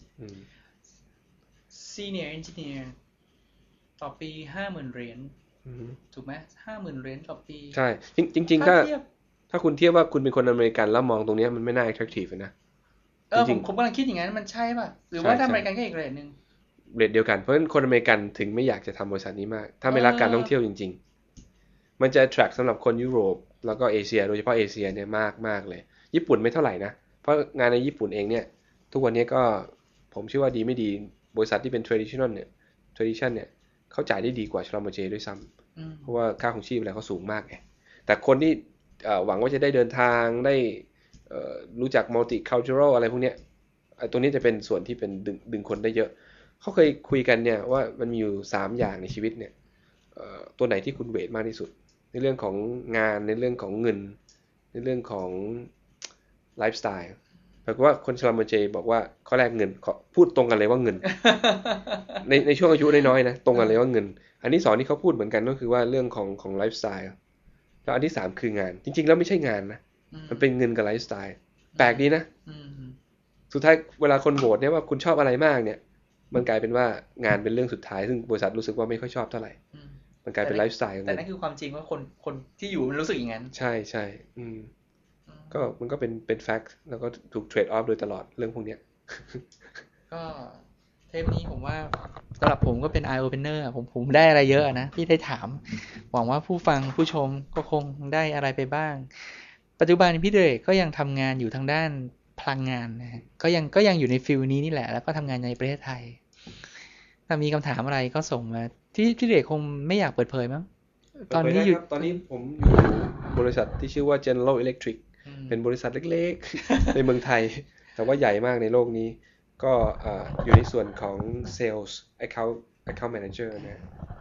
Senior Engineer ต่อปี ห้าหมื่น เหรียญถูกไหมห้าหมื่น เหรียญต่อปีใช่จริงๆถ้าถ้าคุณเทียบว่าคุณเป็นคนอเมริกันแล้วมองตรงนี้มันไม่น่า attractive นะเออผมผมกำลังคิดอย่างนั้นมันใช่ป่ะหรือว่าถ้าอเมริกันก็อีกเรทนึงเรทเดียวกันเพราะฉะนั้นคนอเมริกันถึงไม่อยากจะทำบริษัทนี้มากถ้าไม่รักการท่องเที่ยวจริงๆมันจะ attract สำหรับคนยุโรปแล้วก็เอเชียโดยเฉพาะเอเชียเนี่ยมากมากเลยญี่ปุ่นไม่เท่าไหร่นะเพราะงานในญี่ปุ่นเองเนี่ยทุกวันนี้ก็ผมเชื่อว่าดีไม่ดีบริษัทที่เป็น traditional เนี่ย tradition เนี่ยเขาจ่ายได้ดีกว่าชลามาเจด้วยซ้ำเพราะว่าค่าของชีพอะไรเขาสูงมากไงแต่คนที่หวังว่าจะได้เดินทางได้รู้จัก multicultural อะไรพวกนี้ตัวนี้จะเป็นส่วนที่เป็นดึงดึงคนได้เยอะเขาเคยคุยกันเนี่ยว่ามันมีอยู่สามอย่างในชีวิตเนี่ยตัวไหนที่คุณเวทมากที่สุดในเรื่องของงานในเรื่องของเงินในเรื่องของไลฟ์สไตล์แปลว่าคนชลามาเจบอกว่าข้อแรกเงินพูดตรงกันเลยว่าเงิน ในในช่วงอายุน้อยๆนะตรงกันเลยว่าเงินอันที่สองที่เขาพูดเหมือนกันก็คือว่าเรื่องของของไลฟ์สไตล์แล้วอันที่สามคืองานจริงๆแล้วไม่ใช่งานนะมันเป็นเงินกับไลฟ์สไตล์แปลกดีนะสุดท้ายเวลาคนโหวตเนี่ยว่าคุณชอบอะไรมากเนี่ยมันกลายเป็นว่างานเป็นเรื่องสุดท้ายซึ่งบริษัทรู้สึกว่าไม่ค่อยชอบเท่าไหร่มันกลายเป็นไลฟ์สไตล์แต่นั่นคือความจริงว่าคนคนที่อยู่มันรู้สึกอย่างนั้นใช่ใช่อืมก็มันก็เป็นเป็นแฟกต์แล้วก็ถูกเทรดออฟโดยตลอดเรื่องพวกเนี้ยก็เทปนี้ผมว่าสำหรับผมก็เป็น eye opener ผมผมได้อะไรเยอะนะที่ได้ถามหวังว่าผู้ฟังผู้ชมก็คงได้อะไรไปบ้างปัจจุบันพี่เดชก็ยังทำงานอยู่ทางด้านพลังงานนะก็ยังก็ยังอยู่ในฟิลนี้นี่แหละแล้วก็ทำงานในประเทศไทยถ้ามีคำถามอะไรก็ส่งมาที่พี่เดชคงไม่อยากเปิดเผยมั้งตอนนี้อยู่ตอนนี้ผมอยู่บริษัทที่ชื่อว่า General Electric เป็นบริษัทเล็กๆในเมืองไทยแต่ว่าใหญ่มากในโลกนี้ก็อยู่ในส่วนของ Sales Account Account Manager นะ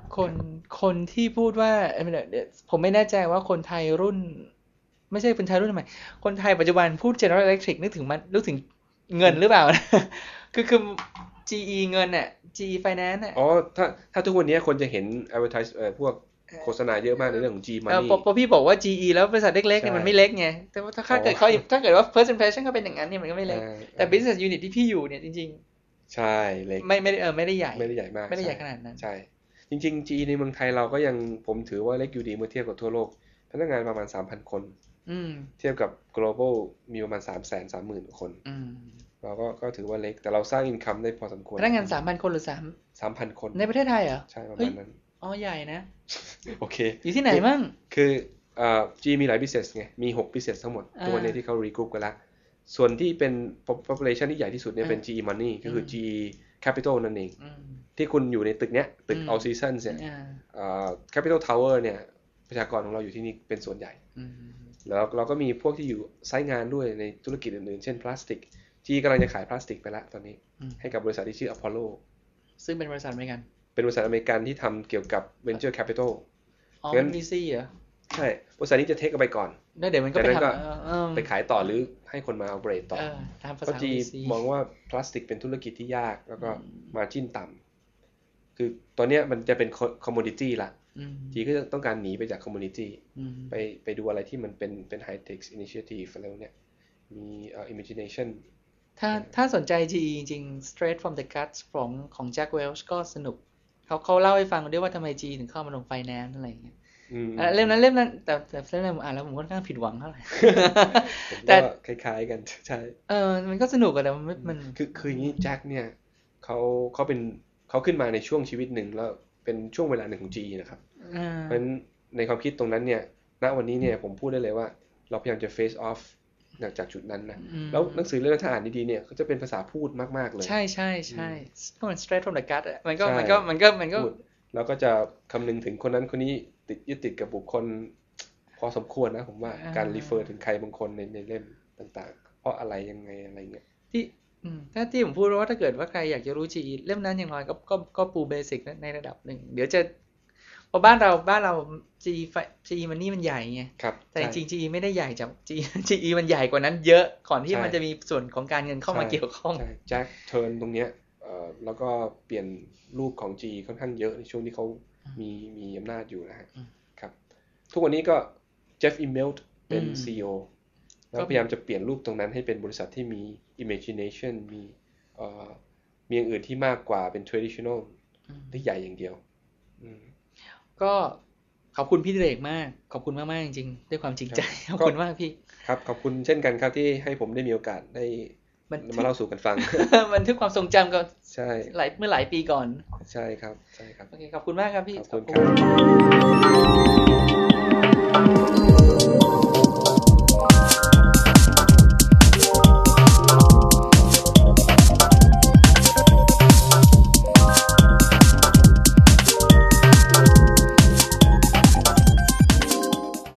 คนคนที่พูดว่าเอ้ยไม่ได้เดี๋ยวผมไม่แน่ใจว่าคนไทยรุ่น ไม่ใช่คนไทยรุ่นใหม่คนไทยปัจจุบันพูด General Electric นึกถึงมันนึกถึงเงินหรือเปล่า คือคือ จี อี เงินน่ะ จี อี Finance น่ะอ๋อถ้าถ้าทุกวันนี้คนจะเห็น advertise เอ่อพวกโฆษณาเยอะมากในเรื่องของ G เออ Money พอพอพี่บอกว่า จี อี แล้วบริษัทเล็กๆเนี่ยใช่มันไม่เล็กไงแต่ว่าถ้าอ๋อเกิดเขาถ้าเกิดว่า first impression เขาเป็นอย่างนั้นเนี่ยมันก็ไม่เล็กอ่าแต่ business unit ที่พี่อยู่เนี่ยจริงใช่เล็กๆ ไม่ไม่ได้เออไม่ได้ใหญ่ไม่ได้ใหญ่มากไม่ได้ใหญ่ช่ขนาดนั้นใช่ จริงๆ G ในเมืองไทยเราก็ยังผมถือว่าเล็กอยู่ดีเมื่อเทียบกับทั่วโลกพนักงานประมาณ สามพัน คนอืมเทียบกับ global มีประมาณ สามแสนสามหมื่น คนอืมเราก็ก็ถือว่าเล็กแต่เราสร้าง income ได้พอสมควรพนักงาน สามพัน คนหรือสามสามพัน คนในประเทศไทยเหรอใช่ประเฮ้มาย ณนั้นอ๋อใหญ่นะโอเคอยู่ที่ไหนมั่งคือเอ่อ G มีหลาย business ไง มี หก business ทั้งหมดอ่าตัวนี้ที่เขา regroup กันแล้ว ส่วนที่เป็น population ที่ใหญ่ที่สุดเนี่ยอ่าเป็น จี อี Money ก็คืออืมจี อี Capital นั่นเองอืมที่คุณอยู่ในตึกเนี้ย ตึกอืม All Seasons เนี่ยอ่าเอ่อ Capital Tower เนี่ยประชากรของเราอยู่ที่นี่เป็นส่วนใหญ่อืมแล้วเราก็มีพวกที่อยู่ไซต์งานด้วยในธุรกิจอื่นๆ เช่นพลาสติก G กำลังจะขายพลาสติกไปแล้วตอนนี้อืมให้กับบริษัทที่ชื่อ Apollo ซึ่งเป็นบริษัทอเมริกันเป็นบริษัทอเมริกันที่ทำเกี่ยวกับ Venture Capital อ๋องั้มัน น วี ซี เหรอใช่ บริษัทนี้จะเทคเอาไปก่อนแล้วเดี๋ยวมันก็ไปจากนั้นก็ทำเออเออไปขายต่อหรือให้คนมาเอาเบรดต่อเออตามภาเพราะษาจีวี ซีมองว่าพลาสติกเป็นธุรกิจที่ยากแล้วก็อืมมาจิ้นต่ำคือตอนเนี้ยมันจะเป็นคอมมูนิตี้ละอืมจีก็ต้องการหนีไปจากคอมมูนิตี้อืมไปไปดูอะไรที่มันเป็นเป็นไฮเทคอินิชิทีฟอะไรพวกเนี้ยมีเอ่อ imagination ถ้าถ้าสนใจ จี อี จริงๆ straight from the guts ของของ Jack Welch ก็สนุกเขาเขาเล่าให้ฟังด้วยว่าทำไม จี ถึงเข้ามาลง finance อะไรอย่างเงี้ยอืมอ่ะเล่มนั้นเล่มนั้นแต่แต่เล่มนั้นผมอ่านแล้วผมค่อนข้างผิดหวังเท่าไหร่ผมแต่ก็คล้ายๆกันใช่เออมันก็สนุกอะแต่มันไม่มันคือคืออย่างนี้แจ็คเนี่ยเขาเขาเป็นเขาขึ้นมาในช่วงชีวิตหนึ่งแล้วเป็นช่วงเวลาหนึ่งของ จี นะครับอ่าเพราะฉะนั้นในความคิดตรงนั้นเนี่ยณวันนี้เนี่ยผมพูดได้เลยว่าเราพยายามจะ face off จากจุดนั้นนะอืมแล้วหนังสือเล่มนั้นถ้าอ่านดีๆเนี่ยเขาจะเป็นภาษาพูดมากๆเลยใช่ใช่ใช่ก็มัน straight from the gut อะมันก็ใช่มันก็มันก็มันก็พูดแล้วก็จะคำนึงถึงคนนั้นคนนี้ติดยึดติดกับบุคคลพอสมควรนะผมว่าอ่าการ refer ถึงใครบางคนในในเล่มต่างๆ เพราะอะไรยังไงอะไรเงี้ยที่อืมถ้าที่ผมพูดว่าถ้าเกิดว่าใครอยากจะรู้ จี อี เล่มนั้นอย่างน้อยก็ก็ก็ปูเบสิกในระดับหนึ่งเดี๋ยวจะพอบ้านเราบ้านเรา จี จี มันนี่มันใหญ่ไงครับแต่จใช่ริงๆ จี อี ไม่ได้ใหญ่จาก G จี อี มันใหญ่กว่านั้นเยอะก่อนที่ใช่มันจะมีส่วนของการเงินเข้ามาใช่เกี่ยวข้องใช่แจ็คเทิร์นตรงเนี้ยเอ่อแล้วก็เปลี่ยนรูปของ G ค่อนข้างเยอะในช่วงที่เขามีมีอำนาจอยู่นะฮะอืมครับทุกวันนี้ก็เจฟฟ์อิมเมลต์เป็นอืมซี อี โอ แล้วก็พยายามจะเปลี่ยนรูปตรงนั้นให้เป็นบริษัทที่มี imagination มีเอ่อมีอย่างอื่นที่มากกว่าเป็น traditional อืมที่ใหญ่อย่างเดียวอืมก็ขอบคุณพี่ดิเรกมาก ขอบคุณมากๆจริงๆด้วยความจริงใจครับขอบคุณมากพี่ครับขอบคุณเช่นกันครับที่ให้ผมได้มีโอกาสได้บันทึมาก เล่าสู่กันฟังบันทึกความทรงจำกับใช่หลายเมื่อหลายปีก่อนใช่ครับใช่ครับโอเคขอบคุณมากครับพี่ขอบคุณครับ